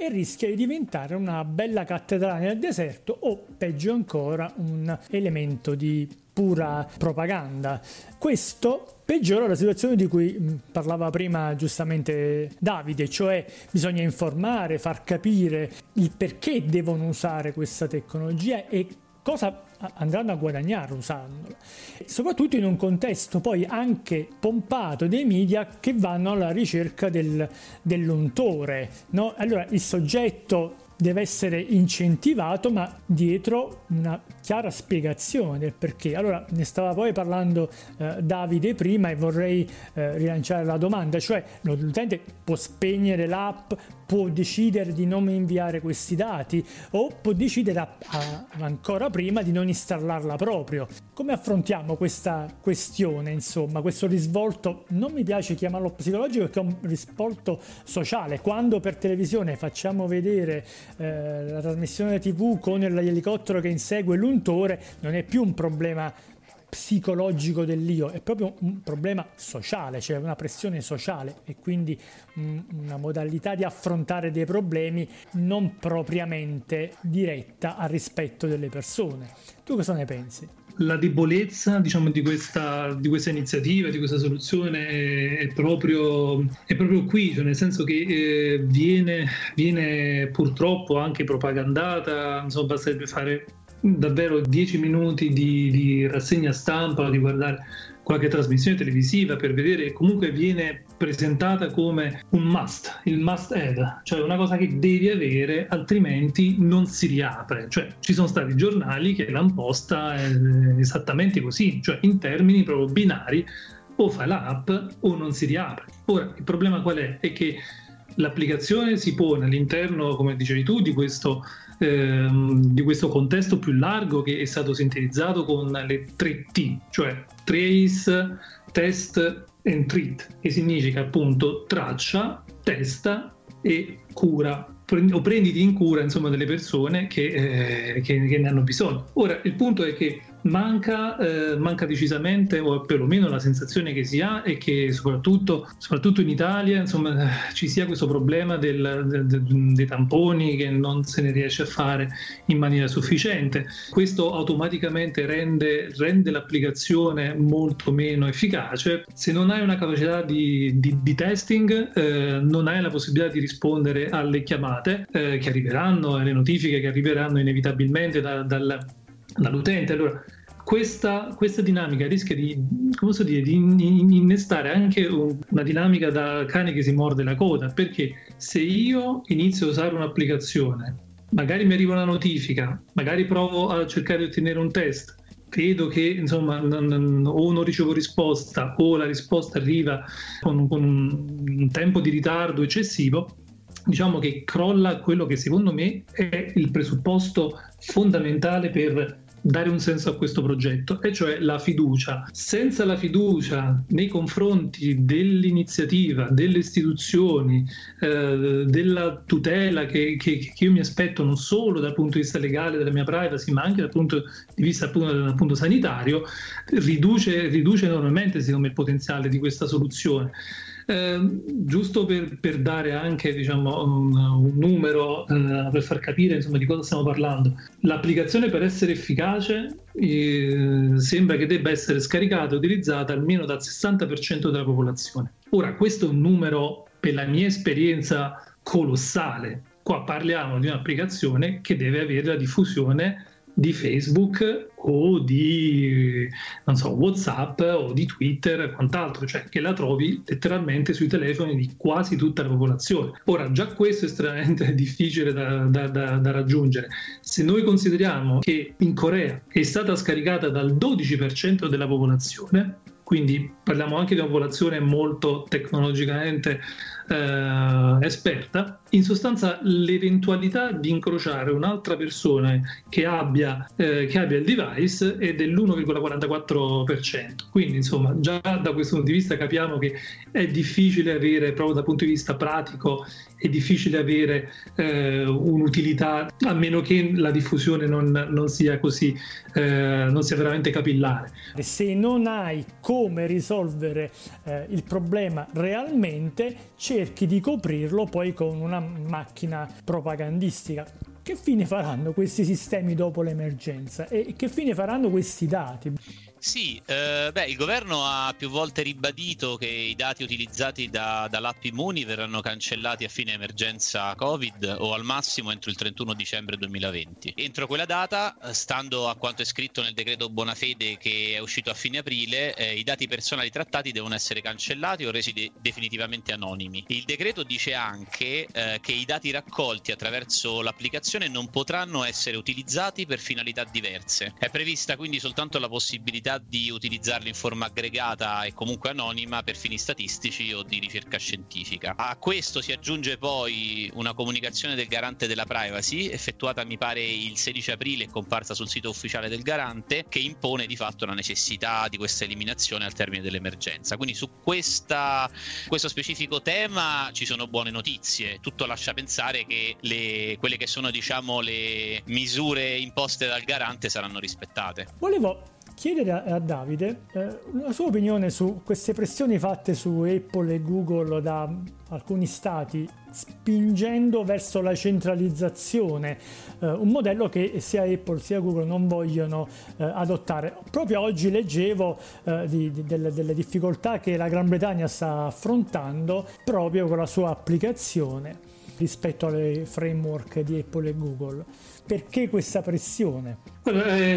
e rischia di diventare una bella cattedrale nel deserto o peggio ancora un elemento di pura propaganda. Questo peggiora la situazione di cui parlava prima giustamente Davide, cioè bisogna informare, far capire il perché devono usare questa tecnologia e cosa andranno a guadagnare usandola, soprattutto in un contesto poi anche pompato dei media che vanno alla ricerca dell'untore, no? Allora il soggetto deve essere incentivato, ma dietro una chiara spiegazione del perché. Allora ne stava poi parlando Davide prima e vorrei rilanciare la domanda, cioè l'utente può spegnere l'app, può decidere di non inviare questi dati o può decidere ancora prima di non installarla proprio. Come affrontiamo questa questione, insomma, questo risvolto, non mi piace chiamarlo psicologico perché è un risvolto sociale. Quando per televisione facciamo vedere la trasmissione TV con l'elicottero che insegue l'untore, non è più un problema psicologico dell'io, è proprio un problema sociale, cioè una pressione sociale e quindi una modalità di affrontare dei problemi non propriamente diretta al rispetto delle persone. Tu cosa ne pensi? La debolezza, diciamo, di questa iniziativa, di questa soluzione è proprio qui, cioè nel senso che viene purtroppo anche propagandata, insomma, basterebbe fare davvero 10 minuti di rassegna stampa o di guardare qualche trasmissione televisiva per vedere che comunque viene presentata come un must, il must have, cioè una cosa che devi avere altrimenti non si riapre. Cioè ci sono stati giornali che l'hanno posta esattamente così, cioè in termini proprio binari, o fai l'app o non si riapre. Ora il problema qual è? È che l'applicazione si pone all'interno, come dicevi tu, di questo contesto più largo che è stato sintetizzato con le 3T, cioè trace, test and treat, che significa appunto traccia, testa e cura, o prenditi in cura, insomma, delle persone che ne hanno bisogno. Ora il punto è che manca decisamente, o perlomeno la sensazione che si ha è che soprattutto in Italia, insomma, ci sia questo problema dei tamponi, che non se ne riesce a fare in maniera sufficiente. Questo automaticamente rende l'applicazione molto meno efficace. Se non hai una capacità di testing, non hai la possibilità di rispondere alle chiamate che arriveranno, alle notifiche che arriveranno inevitabilmente dall'utente. Allora questa dinamica rischia di innestare anche una dinamica da cane che si morde la coda, perché se io inizio a usare un'applicazione, magari mi arriva una notifica, magari provo a cercare di ottenere un test, vedo che insomma o non ricevo risposta o la risposta arriva con un tempo di ritardo eccessivo, diciamo che crolla quello che secondo me è il presupposto fondamentale per dare un senso a questo progetto, e cioè la fiducia. Senza la fiducia nei confronti dell'iniziativa, delle istituzioni, della tutela che io mi aspetto non solo dal punto di vista legale della mia privacy, ma anche dal punto di vista appunto sanitario, riduce enormemente secondo me il potenziale di questa soluzione. Giusto per dare anche, diciamo, un numero, per far capire insomma di cosa stiamo parlando. L'applicazione, per essere efficace, sembra che debba essere scaricata e utilizzata almeno dal 60% della popolazione. Ora, questo è un numero, per la mia esperienza, colossale. Qua parliamo di un'applicazione che deve avere la diffusione di Facebook o di, non so, WhatsApp o di Twitter e quant'altro, cioè che la trovi letteralmente sui telefoni di quasi tutta la popolazione. Ora, già questo è estremamente difficile da raggiungere. Se noi consideriamo che in Corea è stata scaricata dal 12% della popolazione, quindi parliamo anche di una popolazione molto tecnologicamente esperta, in sostanza l'eventualità di incrociare un'altra persona che abbia il device è dell'1,44%. Quindi insomma già da questo punto di vista capiamo che è difficile avere, proprio dal punto di vista pratico, è difficile avere un'utilità, a meno che la diffusione non sia così, non sia veramente capillare. Se non hai come risolvere il problema realmente, cerchi di coprirlo poi con una macchina propagandistica. Che fine faranno questi sistemi dopo l'emergenza e che fine faranno questi dati? Sì, il governo ha più volte ribadito che i dati utilizzati dall'app Immuni verranno cancellati a fine emergenza Covid o al massimo entro il 31 dicembre 2020. Entro quella data, stando a quanto è scritto nel decreto Bonafede che è uscito a fine aprile, i dati personali trattati devono essere cancellati o resi definitivamente anonimi. Il decreto dice anche che i dati raccolti attraverso l'applicazione non potranno essere utilizzati per finalità diverse. È prevista quindi soltanto la possibilità di utilizzarli in forma aggregata e comunque anonima per fini statistici o di ricerca scientifica. A questo si aggiunge poi una comunicazione del Garante della Privacy effettuata mi pare il 16 aprile e comparsa sul sito ufficiale del Garante, che impone di fatto la necessità di questa eliminazione al termine dell'emergenza. Quindi su questo specifico tema ci sono buone notizie. Tutto lascia pensare che quelle che sono le misure imposte dal Garante saranno rispettate. Volevo chiedere a Davide la sua opinione su queste pressioni fatte su Apple e Google da alcuni stati, spingendo verso la centralizzazione, un modello che sia Apple sia Google non vogliono adottare. Proprio oggi leggevo delle difficoltà che la Gran Bretagna sta affrontando proprio con la sua applicazione rispetto alle framework di Apple e Google. Perché questa pressione? È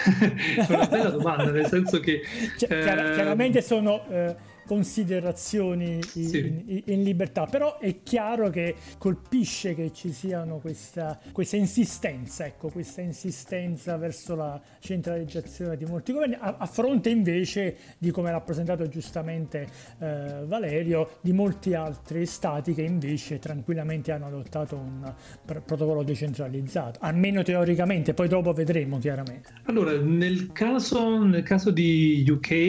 una bella domanda, nel senso che chiaramente sono considerazioni in libertà, però è chiaro che colpisce che ci siano questa insistenza, questa insistenza verso la centralizzazione di molti governi, a fronte invece di, come ha rappresentato giustamente Valerio, di molti altri stati che invece tranquillamente hanno adottato un protocollo decentralizzato, almeno teoricamente, poi dopo vedremo chiaramente. Allora, nel caso di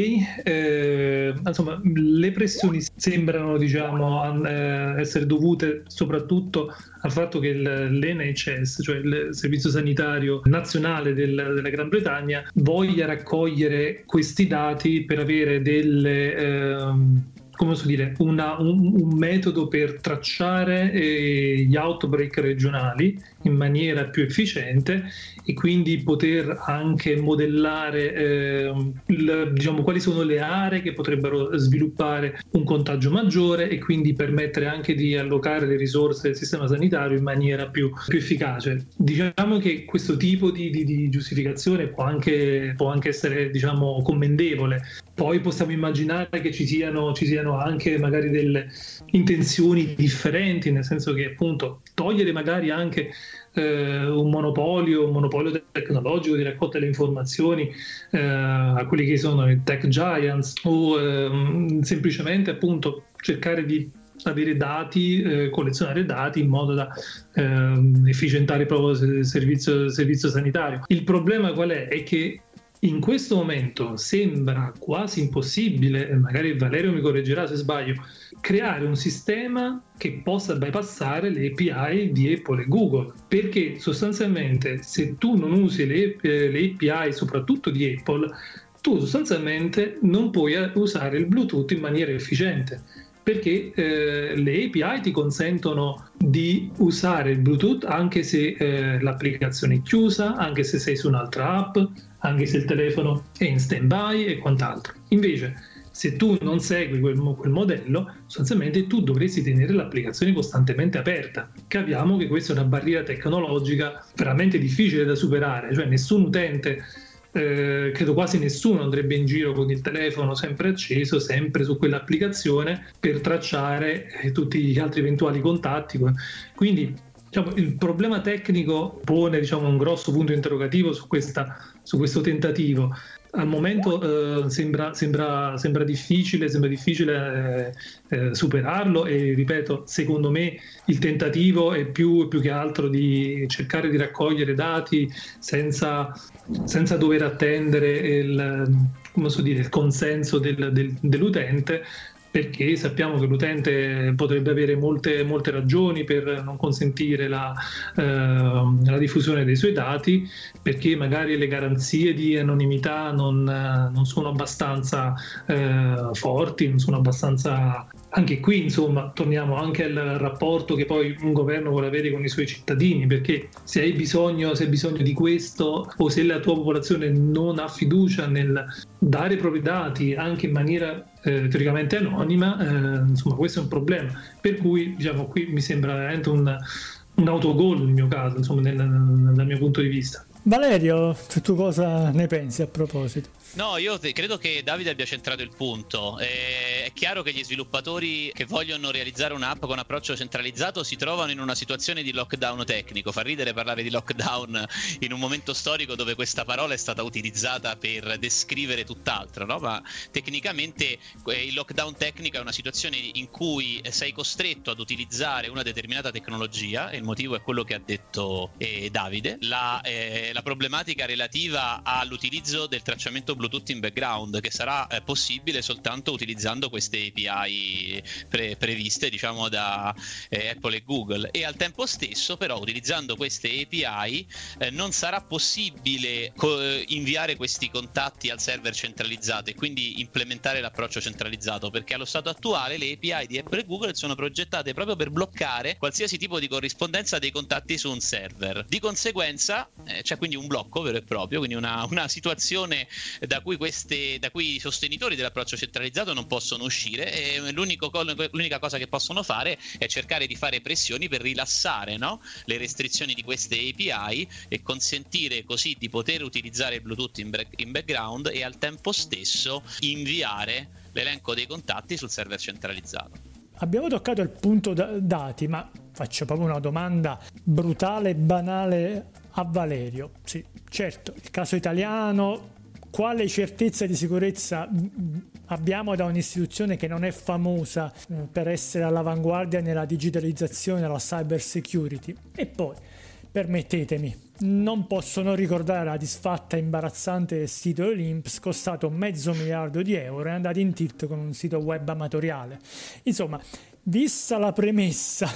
UK, insomma, le pressioni sembrano essere dovute soprattutto al fatto che l'NHS, cioè il Servizio Sanitario Nazionale della Gran Bretagna, voglia raccogliere questi dati per avere un metodo per tracciare gli outbreak regionali in maniera più efficiente e quindi poter anche modellare quali sono le aree che potrebbero sviluppare un contagio maggiore e quindi permettere anche di allocare le risorse del sistema sanitario in maniera più efficace. Diciamo che questo tipo di giustificazione può anche essere, commendevole. Poi possiamo immaginare che ci siano anche magari delle intenzioni differenti, nel senso che appunto togliere magari anche un monopolio tecnologico di raccolta delle informazioni a quelli che sono i tech giants o semplicemente appunto cercare di avere dati, collezionare dati in modo da efficientare proprio il servizio sanitario. Il problema qual è? È che in questo momento sembra quasi impossibile, magari Valerio mi correggerà se sbaglio, creare un sistema che possa bypassare le API di Apple e Google, perché sostanzialmente se tu non usi le API soprattutto di Apple, tu sostanzialmente non puoi usare il Bluetooth in maniera efficiente, perché le API ti consentono di usare il Bluetooth anche se l'applicazione è chiusa, anche se sei su un'altra app, anche se il telefono è in stand-by e quant'altro. Invece, se tu non segui quel modello, sostanzialmente tu dovresti tenere l'applicazione costantemente aperta. Capiamo che questa è una barriera tecnologica veramente difficile da superare, cioè nessun utente, credo quasi nessuno andrebbe in giro con il telefono sempre acceso, sempre su quell'applicazione per tracciare tutti gli altri eventuali contatti. Quindi il problema tecnico pone un grosso punto interrogativo su questo tentativo. Al momento sembra difficile superarlo e ripeto, secondo me il tentativo è più che altro di cercare di raccogliere dati senza dover attendere il consenso dell'utente, perché sappiamo che l'utente potrebbe avere molte ragioni per non consentire la diffusione dei suoi dati, perché magari le garanzie di anonimità non sono abbastanza forti, non sono abbastanza anche qui insomma torniamo anche al rapporto che poi un governo vuole avere con i suoi cittadini, perché se hai bisogno di questo, o se la tua popolazione non ha fiducia nel dare i propri dati anche in maniera teoricamente anonima, insomma questo è un problema, per cui diciamo qui mi sembra veramente un autogol nel mio caso, insomma dal mio punto di vista. Valerio, tu cosa ne pensi a proposito? No, io credo che Davide abbia centrato il punto. È chiaro che gli sviluppatori che vogliono realizzare un'app con approccio centralizzato si trovano in una situazione di lockdown tecnico. Fa ridere parlare di lockdown in un momento storico dove questa parola è stata utilizzata per descrivere tutt'altro, no? Ma tecnicamente il lockdown tecnico è una situazione in cui sei costretto ad utilizzare una determinata tecnologia, e il motivo è quello che ha detto Davide. La problematica relativa all'utilizzo del tracciamento Bluetooth in background, che sarà possibile soltanto utilizzando queste API previste, diciamo, da Apple e Google, e al tempo stesso però utilizzando queste API non sarà possibile inviare questi contatti al server centralizzato e quindi implementare l'approccio centralizzato, perché allo stato attuale le API di Apple e Google sono progettate proprio per bloccare qualsiasi tipo di corrispondenza dei contatti su un server. Di conseguenza c'è quindi un blocco vero e proprio, quindi una situazione da cui i sostenitori dell'approccio centralizzato non possono uscire, e l'unica cosa che possono fare è cercare di fare pressioni per rilassare, no? Le restrizioni di queste API e consentire così di poter utilizzare il Bluetooth in background e al tempo stesso inviare l'elenco dei contatti sul server centralizzato. Abbiamo toccato il punto dati, ma faccio proprio una domanda brutale e banale a Valerio. Sì, certo, il caso italiano, quale certezza di sicurezza abbiamo da un'istituzione che non è famosa per essere all'avanguardia nella digitalizzazione, nella cyber security? E poi, permettetemi, non posso non ricordare la disfatta imbarazzante del sito dell'INPS, costato $500 milioni e è andato in tilt con un sito web amatoriale. Insomma, vista la premessa,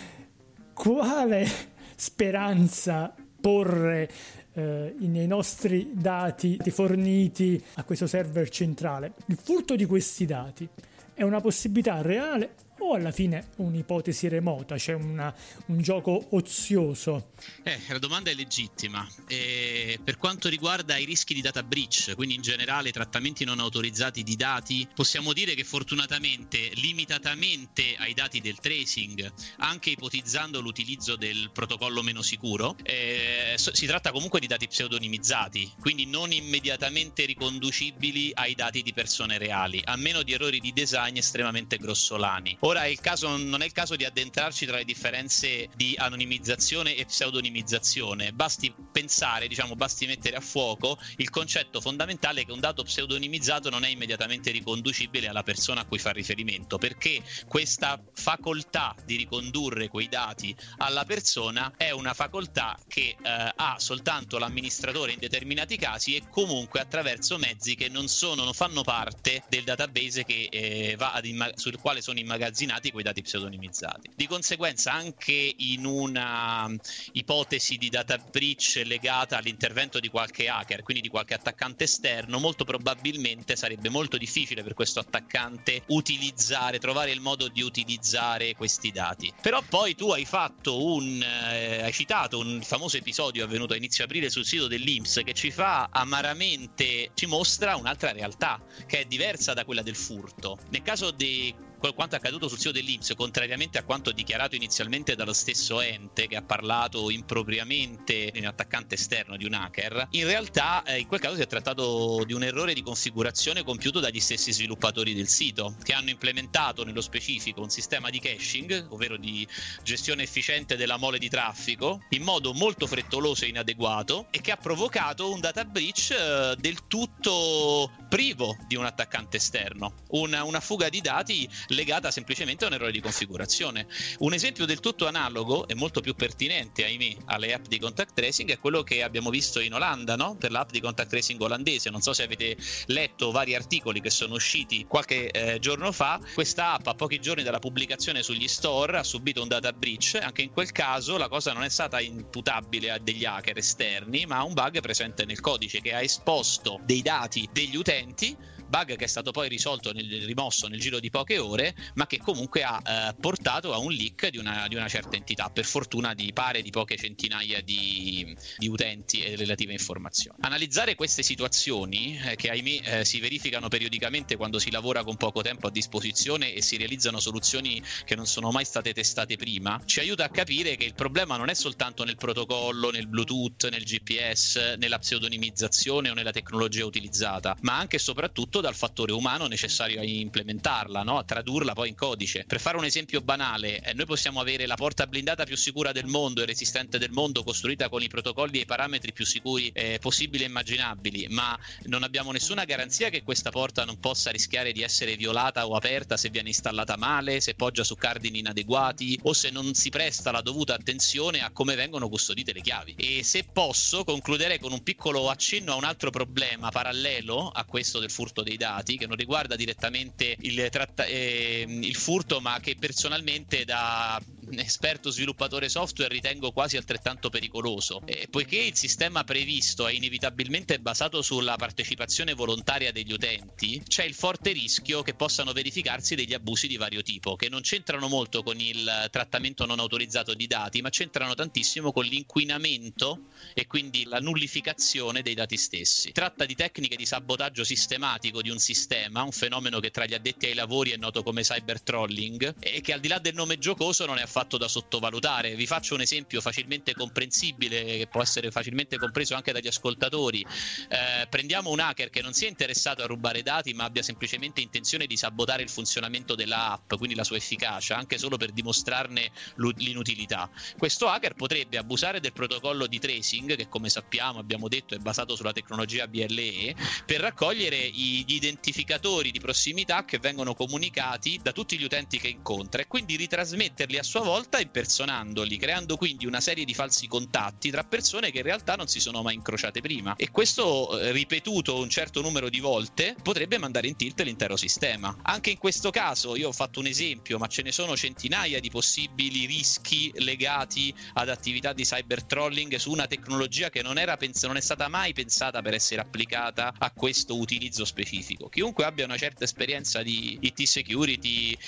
quale speranza porre nei nostri dati forniti a questo server centrale? Il furto di questi dati è una possibilità reale o alla fine un'ipotesi remota, cioè un gioco ozioso? La domanda è legittima. Per quanto riguarda i rischi di data breach, quindi in generale trattamenti non autorizzati di dati, possiamo dire che fortunatamente, limitatamente ai dati del tracing, anche ipotizzando l'utilizzo del protocollo meno sicuro, si tratta comunque di dati pseudonimizzati, quindi non immediatamente riconducibili ai dati di persone reali, a meno di errori di design estremamente grossolani. Ora non è il caso di addentrarci tra le differenze di anonimizzazione e pseudonimizzazione. Basti pensare, basti mettere a fuoco il concetto fondamentale che un dato pseudonimizzato non è immediatamente riconducibile alla persona a cui fa riferimento, perché questa facoltà di ricondurre quei dati alla persona è una facoltà che ha soltanto l'amministratore in determinati casi, e comunque attraverso mezzi che non fanno parte del database che sul quale sono immagazzinati quei dati pseudonimizzati. Di conseguenza, anche in una ipotesi di data breach legata all'intervento di qualche hacker, quindi di qualche attaccante esterno, molto probabilmente sarebbe molto difficile per questo attaccante trovare il modo di utilizzare questi dati. Però poi tu hai citato un famoso episodio avvenuto a inizio aprile sul sito dell'INPS, che ci mostra un'altra realtà che è diversa da quella del furto. Nel caso di quanto accaduto sul sito dell'INPS, contrariamente a quanto dichiarato inizialmente dallo stesso ente che ha parlato impropriamente di un attaccante esterno, di un hacker, in realtà in quel caso si è trattato di un errore di configurazione compiuto dagli stessi sviluppatori del sito, che hanno implementato nello specifico un sistema di caching, ovvero di gestione efficiente della mole di traffico, in modo molto frettoloso e inadeguato, e che ha provocato un data breach del tutto privo di un attaccante esterno, una fuga di dati legata semplicemente a un errore di configurazione. Un esempio del tutto analogo e molto più pertinente, ahimè, alle app di contact tracing è quello che abbiamo visto in Olanda, no? Per l'app di contact tracing olandese. Non so se avete letto vari articoli che sono usciti qualche giorno fa. Questa app, a pochi giorni dalla pubblicazione sugli store, ha subito un data breach. Anche in quel caso la cosa non è stata imputabile a degli hacker esterni, ma a un bug presente nel codice che ha esposto dei dati degli utenti bug che è stato poi rimosso nel giro di poche ore, ma che comunque ha portato a un leak di una certa entità, per fortuna di poche centinaia di utenti e relative informazioni. Analizzare queste situazioni che ahimè si verificano periodicamente quando si lavora con poco tempo a disposizione e si realizzano soluzioni che non sono mai state testate prima, ci aiuta a capire che il problema non è soltanto nel protocollo, nel Bluetooth, nel GPS, nella pseudonimizzazione o nella tecnologia utilizzata, ma anche e soprattutto dal fattore umano necessario a implementarla, no? A tradurla poi in codice. Per fare un esempio banale, noi possiamo avere la porta blindata più sicura del mondo e resistente del mondo, costruita con i protocolli e i parametri più sicuri possibili e immaginabili, ma non abbiamo nessuna garanzia che questa porta non possa rischiare di essere violata o aperta se viene installata male, se poggia su cardini inadeguati o se non si presta la dovuta attenzione a come vengono custodite le chiavi. E se posso, concluderei con un piccolo accenno a un altro problema parallelo a questo del furto dei dati, che non riguarda direttamente il furto, ma che personalmente da esperto sviluppatore software ritengo quasi altrettanto pericoloso, poiché il sistema previsto è inevitabilmente basato sulla partecipazione volontaria degli utenti. C'è il forte rischio che possano verificarsi degli abusi di vario tipo, che non c'entrano molto con il trattamento non autorizzato di dati, ma c'entrano tantissimo con l'inquinamento e quindi la nullificazione dei dati stessi. Tratta di tecniche di sabotaggio sistematico di un sistema, un fenomeno che tra gli addetti ai lavori è noto come cybertrolling e che al di là del nome giocoso non è affatto da sottovalutare. Vi faccio un esempio facilmente comprensibile, che può essere facilmente compreso anche dagli ascoltatori. Prendiamo un hacker che non sia interessato a rubare dati, ma abbia semplicemente intenzione di sabotare il funzionamento della app, quindi la sua efficacia, anche solo per dimostrarne l'inutilità. Questo hacker potrebbe abusare del protocollo di tracing, che come sappiamo, abbiamo detto, è basato sulla tecnologia BLE, per raccogliere gli identificatori di prossimità che vengono comunicati da tutti gli utenti che incontra e quindi ritrasmetterli a sua volta impersonandoli, creando quindi una serie di falsi contatti tra persone che in realtà non si sono mai incrociate prima. E questo, ripetuto un certo numero di volte, potrebbe mandare in tilt l'intero sistema. Anche in questo caso io ho fatto un esempio, ma ce ne sono centinaia di possibili rischi legati ad attività di cybertrolling su una tecnologia che non è stata mai pensata per essere applicata a questo utilizzo specifico. Chiunque abbia una certa esperienza di IT security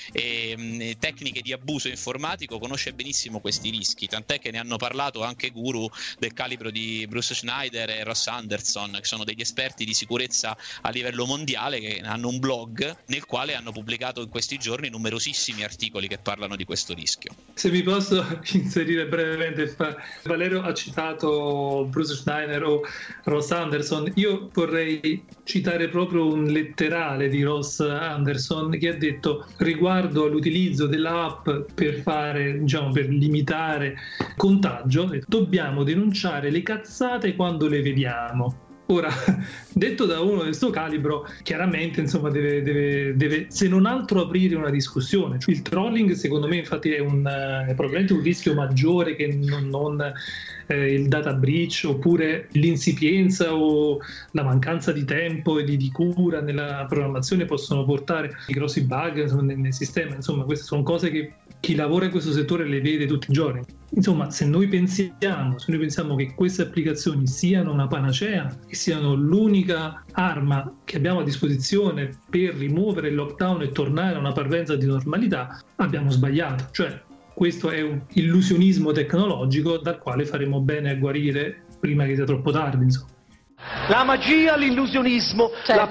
e tecniche di abuso informatico conosce benissimo questi rischi, tant'è che ne hanno parlato anche guru del calibro di Bruce Schneider e Ross Anderson, che sono degli esperti di sicurezza a livello mondiale, che hanno un blog nel quale hanno pubblicato in questi giorni numerosissimi articoli che parlano di questo rischio. Se mi posso inserire brevemente, Valerio ha citato Bruce Schneider o Ross Anderson, io vorrei citare proprio un letterale di Ross Anderson che ha detto riguardo all'utilizzo dell'app per fare, diciamo, per limitare contagio, dobbiamo denunciare le cazzate quando le vediamo. Ora, detto da uno del suo calibro, chiaramente insomma deve se non altro aprire una discussione. Il trolling secondo me infatti è probabilmente un rischio maggiore che non il data breach, oppure l'insipienza o la mancanza di tempo e di cura nella programmazione possono portare i grossi bug nel sistema. Insomma, queste sono cose che chi lavora in questo settore le vede tutti i giorni. Insomma, se noi pensiamo che queste applicazioni siano una panacea e siano l'unica arma che abbiamo a disposizione per rimuovere il lockdown e tornare a una parvenza di normalità, abbiamo sbagliato. Cioè, questo è un illusionismo tecnologico dal quale faremo bene a guarire prima che sia troppo tardi, insomma. La magia, l'illusionismo, certo. La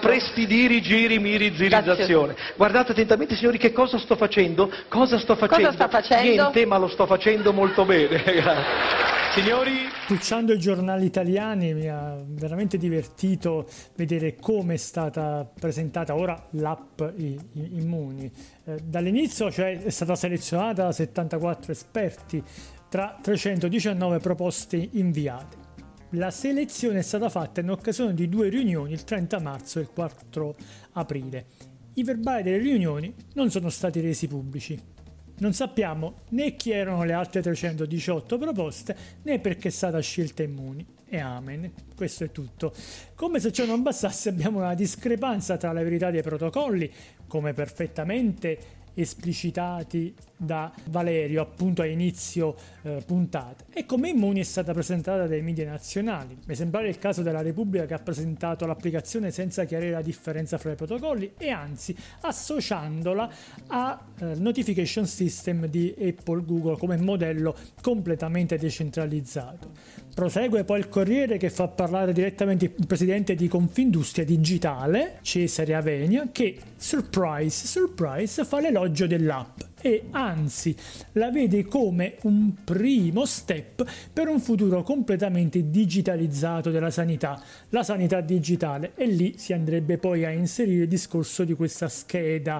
prestidirigirimirizzazione. Guardate attentamente, signori, che cosa sto facendo? Cosa sto facendo? Niente, ma lo sto facendo molto bene. Signori, pucciando i giornali italiani mi ha veramente divertito vedere come è stata presentata ora l'app Immuni. Dall'inizio, cioè, è stata selezionata da 74 esperti tra 319 proposte inviate. La selezione è stata fatta in occasione di 2 riunioni, il 30 marzo e il 4 aprile. I verbali delle riunioni non sono stati resi pubblici. Non sappiamo né chi erano le altre 318 proposte, né perché è stata scelta Immuni. E amen, questo è tutto. Come se ciò non bastasse, abbiamo una discrepanza tra la verità dei protocolli, come perfettamente esplicitati da Valerio appunto a inizio puntata. E come Immuni è stata presentata dai media nazionali. Mi sembra il caso della Repubblica, che ha presentato l'applicazione senza chiarire la differenza fra i protocolli e anzi associandola a notification system di Apple, Google come modello completamente decentralizzato. Prosegue poi il Corriere, che fa parlare direttamente il presidente di Confindustria Digitale, Cesare Avenia, che surprise fa l'elogio dell'app e anzi la vede come un primo step per un futuro completamente digitalizzato della sanità, la sanità digitale, e lì si andrebbe poi a inserire il discorso di questa scheda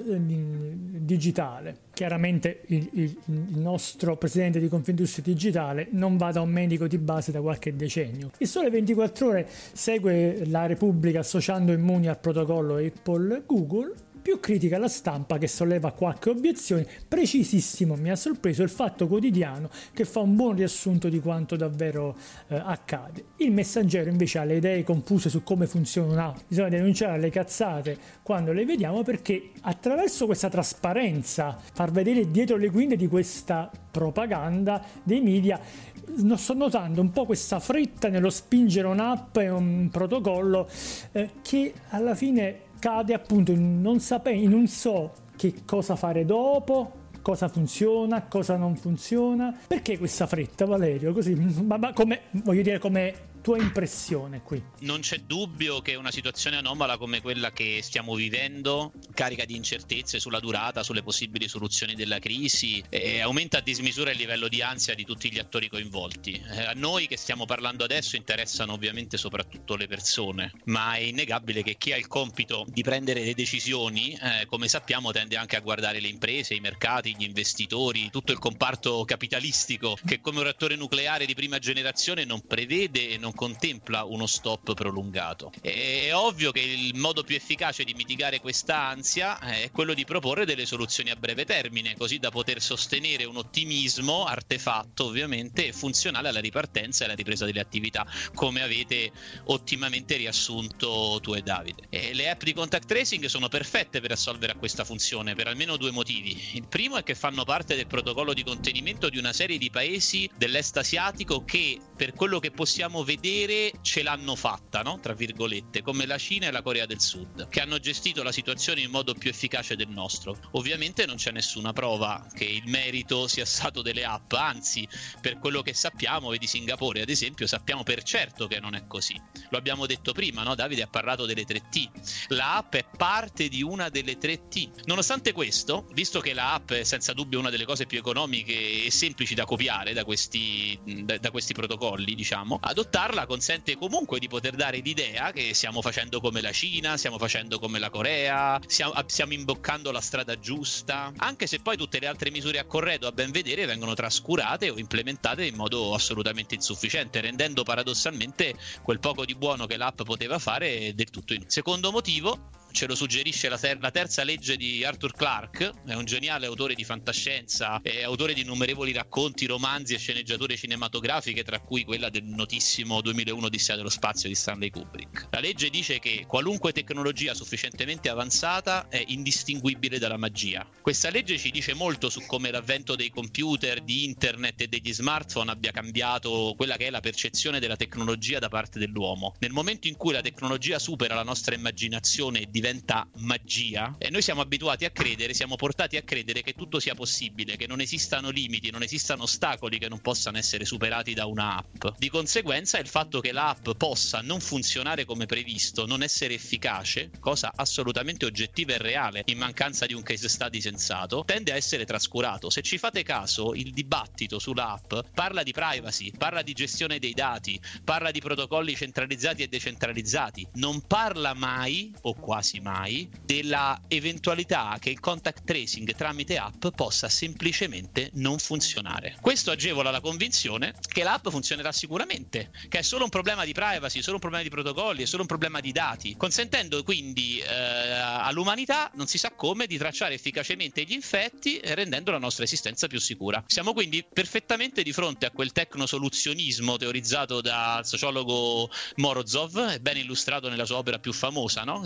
digitale. Chiaramente il nostro presidente di Confindustria Digitale non va da un medico di base da qualche decennio. Il Sole 24 Ore segue la Repubblica associando Immuni al protocollo Apple-Google. Più critica la Stampa, che solleva qualche obiezione. Precisissimo mi ha sorpreso il Fatto Quotidiano, che fa un buon riassunto di quanto davvero accade. Il Messaggero invece ha le idee confuse su come funziona un'app. Bisogna denunciare le cazzate quando le vediamo, perché attraverso questa trasparenza, far vedere dietro le quinte di questa propaganda dei media, sto notando un po' questa fretta nello spingere un'app e un protocollo che alla fine cade appunto in non so che cosa fare dopo, cosa funziona, cosa non funziona. Perché questa fretta, Valerio? Così, ma come, voglio dire, come tua impressione qui? Non c'è dubbio che una situazione anomala come quella che stiamo vivendo, carica di incertezze sulla durata, sulle possibili soluzioni della crisi, aumenta a dismisura il livello di ansia di tutti gli attori coinvolti. A noi che stiamo parlando adesso interessano ovviamente soprattutto le persone, ma è innegabile che chi ha il compito di prendere le decisioni, come sappiamo, tende anche a guardare le imprese, i mercati, gli investitori, tutto il comparto capitalistico che come un reattore nucleare di prima generazione non prevede e non contempla uno stop prolungato. È ovvio che il modo più efficace di mitigare questa ansia è quello di proporre delle soluzioni a breve termine, così da poter sostenere un ottimismo artefatto ovviamente e funzionale alla ripartenza e alla ripresa delle attività, come avete ottimamente riassunto tu e Davide. Le app di contact tracing sono perfette per assolvere a questa funzione per almeno due motivi. Il primo è che fanno parte del protocollo di contenimento di una serie di paesi dell'est asiatico che, per quello che possiamo vedere, ce l'hanno fatta, no? Tra virgolette, come la Cina e la Corea del Sud, che hanno gestito la situazione in modo più efficace del nostro. Ovviamente non c'è nessuna prova che il merito sia stato delle app, anzi, per quello che sappiamo, vedi Singapore ad esempio, sappiamo per certo che non è così. Lo abbiamo detto prima, no? Davide ha parlato delle 3T. La app è parte di una delle 3T. Nonostante questo, visto che la app è senza dubbio una delle cose più economiche e semplici da copiare da questi protocolli, diciamo, adottarla consente comunque di poter dare l'idea che stiamo facendo come la Cina, stiamo facendo come la Corea, stiamo imboccando la strada giusta, anche se poi tutte le altre misure a corredo, a ben vedere, vengono trascurate o implementate in modo assolutamente insufficiente, rendendo paradossalmente quel poco di buono che l'app poteva fare del tutto inutile. Secondo motivo, ce lo suggerisce la terza legge di Arthur Clarke, è un geniale autore di fantascienza, è autore di innumerevoli racconti, romanzi e sceneggiature cinematografiche, tra cui quella del notissimo 2001 Odissea dello spazio di Stanley Kubrick. La legge dice che qualunque tecnologia sufficientemente avanzata è indistinguibile dalla magia. Questa legge ci dice molto su come l'avvento dei computer, di internet e degli smartphone abbia cambiato quella che è la percezione della tecnologia da parte dell'uomo. Nel momento in cui la tecnologia supera la nostra immaginazione e diventa magia, e noi siamo abituati a credere, siamo portati a credere che tutto sia possibile, che non esistano limiti, non esistano ostacoli che non possano essere superati da una app. Di conseguenza il fatto che l'app possa non funzionare come previsto, non essere efficace, cosa assolutamente oggettiva e reale in mancanza di un case study sensato, tende a essere trascurato. Se ci fate caso, il dibattito sull'app parla di privacy, parla di gestione dei dati, parla di protocolli centralizzati e decentralizzati, non parla mai, o quasi mai, della eventualità che il contact tracing tramite app possa semplicemente non funzionare. Questo agevola la convinzione che l'app funzionerà sicuramente, che è solo un problema di privacy, solo un problema di protocolli, è solo un problema di dati, consentendo quindi all'umanità, non si sa come, di tracciare efficacemente gli infetti e rendendo la nostra esistenza più sicura. Siamo quindi perfettamente di fronte a quel tecnosoluzionismo teorizzato dal sociologo Morozov, ben illustrato nella sua opera più famosa, no? Che si chiama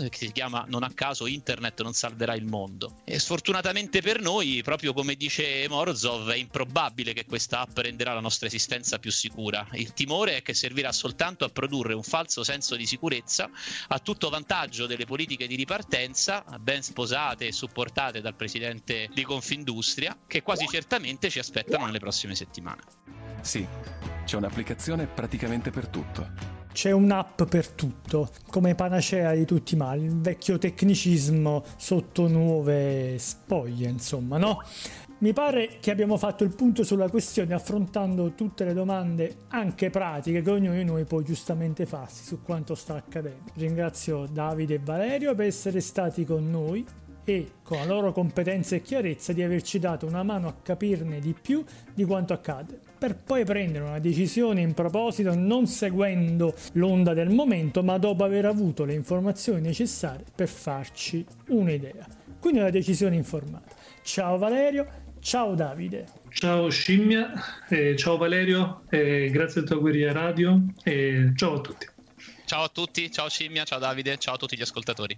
chiama non a caso internet non salverà il mondo. E sfortunatamente per noi, proprio come dice Morozov, è improbabile che questa app renderà la nostra esistenza più sicura. Il timore è che servirà soltanto a produrre un falso senso di sicurezza a tutto vantaggio delle politiche di ripartenza ben sposate e supportate dal presidente di Confindustria, che quasi certamente ci aspettano nelle prossime settimane. Sì, c'è un'applicazione praticamente per tutto. C'è un'app per tutto, come panacea di tutti i mali, il vecchio tecnicismo sotto nuove spoglie, insomma, no? Mi pare che abbiamo fatto il punto sulla questione, affrontando tutte le domande, anche pratiche, che ognuno di noi può giustamente farsi su quanto sta accadendo. Ringrazio Davide e Valerio per essere stati con noi e, con la loro competenza e chiarezza, di averci dato una mano a capirne di più di quanto accade, per poi prendere una decisione in proposito, non seguendo l'onda del momento, ma dopo aver avuto le informazioni necessarie per farci un'idea. Quindi una decisione informata. Ciao Valerio, ciao Davide. Ciao Scimmia, ciao Valerio, grazie a tua Guerriglia Radio e ciao a tutti. Ciao a tutti, ciao Scimmia, ciao Davide, ciao a tutti gli ascoltatori.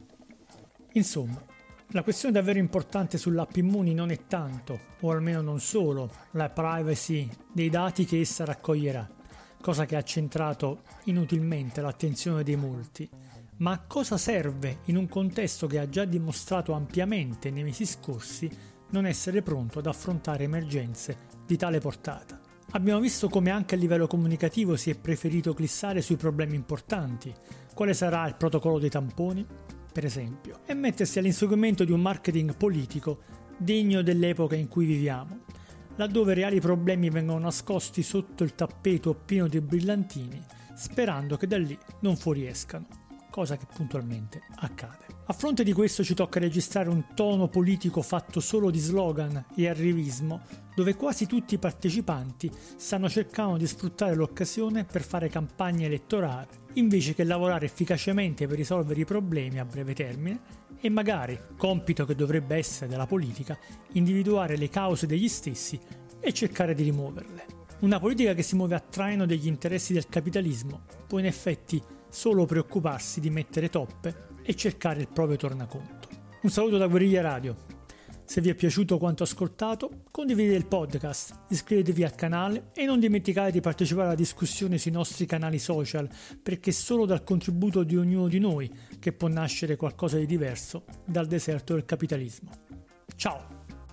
Insomma, la questione davvero importante sull'app Immuni non è tanto, o almeno non solo, la privacy dei dati che essa raccoglierà, cosa che ha centrato inutilmente l'attenzione dei molti, ma a cosa serve in un contesto che ha già dimostrato ampiamente nei mesi scorsi non essere pronto ad affrontare emergenze di tale portata. Abbiamo visto come anche a livello comunicativo si è preferito glissare sui problemi importanti, quale sarà il protocollo dei tamponi, per esempio, e mettersi all'inseguimento di un marketing politico degno dell'epoca in cui viviamo, laddove reali problemi vengono nascosti sotto il tappeto pieno di brillantini, sperando che da lì non fuoriescano, cosa che puntualmente accade. A fronte di questo ci tocca registrare un tono politico fatto solo di slogan e arrivismo, dove quasi tutti i partecipanti stanno cercando di sfruttare l'occasione per fare campagna elettorale, invece che lavorare efficacemente per risolvere i problemi a breve termine e magari, compito che dovrebbe essere della politica, individuare le cause degli stessi e cercare di rimuoverle. Una politica che si muove a traino degli interessi del capitalismo può in effetti solo preoccuparsi di mettere toppe e cercare il proprio tornaconto. Un saluto da Guerriglia Radio. Se vi è piaciuto quanto ascoltato, condividete il podcast, iscrivetevi al canale e non dimenticate di partecipare alla discussione sui nostri canali social, perché è solo dal contributo di ognuno di noi che può nascere qualcosa di diverso dal deserto del capitalismo. Ciao!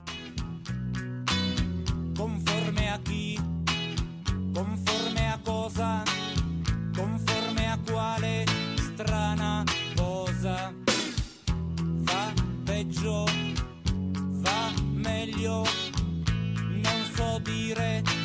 Conforme a chi? Conforme a cosa? Conforme a quale strana cosa? Va peggio? Va meglio? Non so dire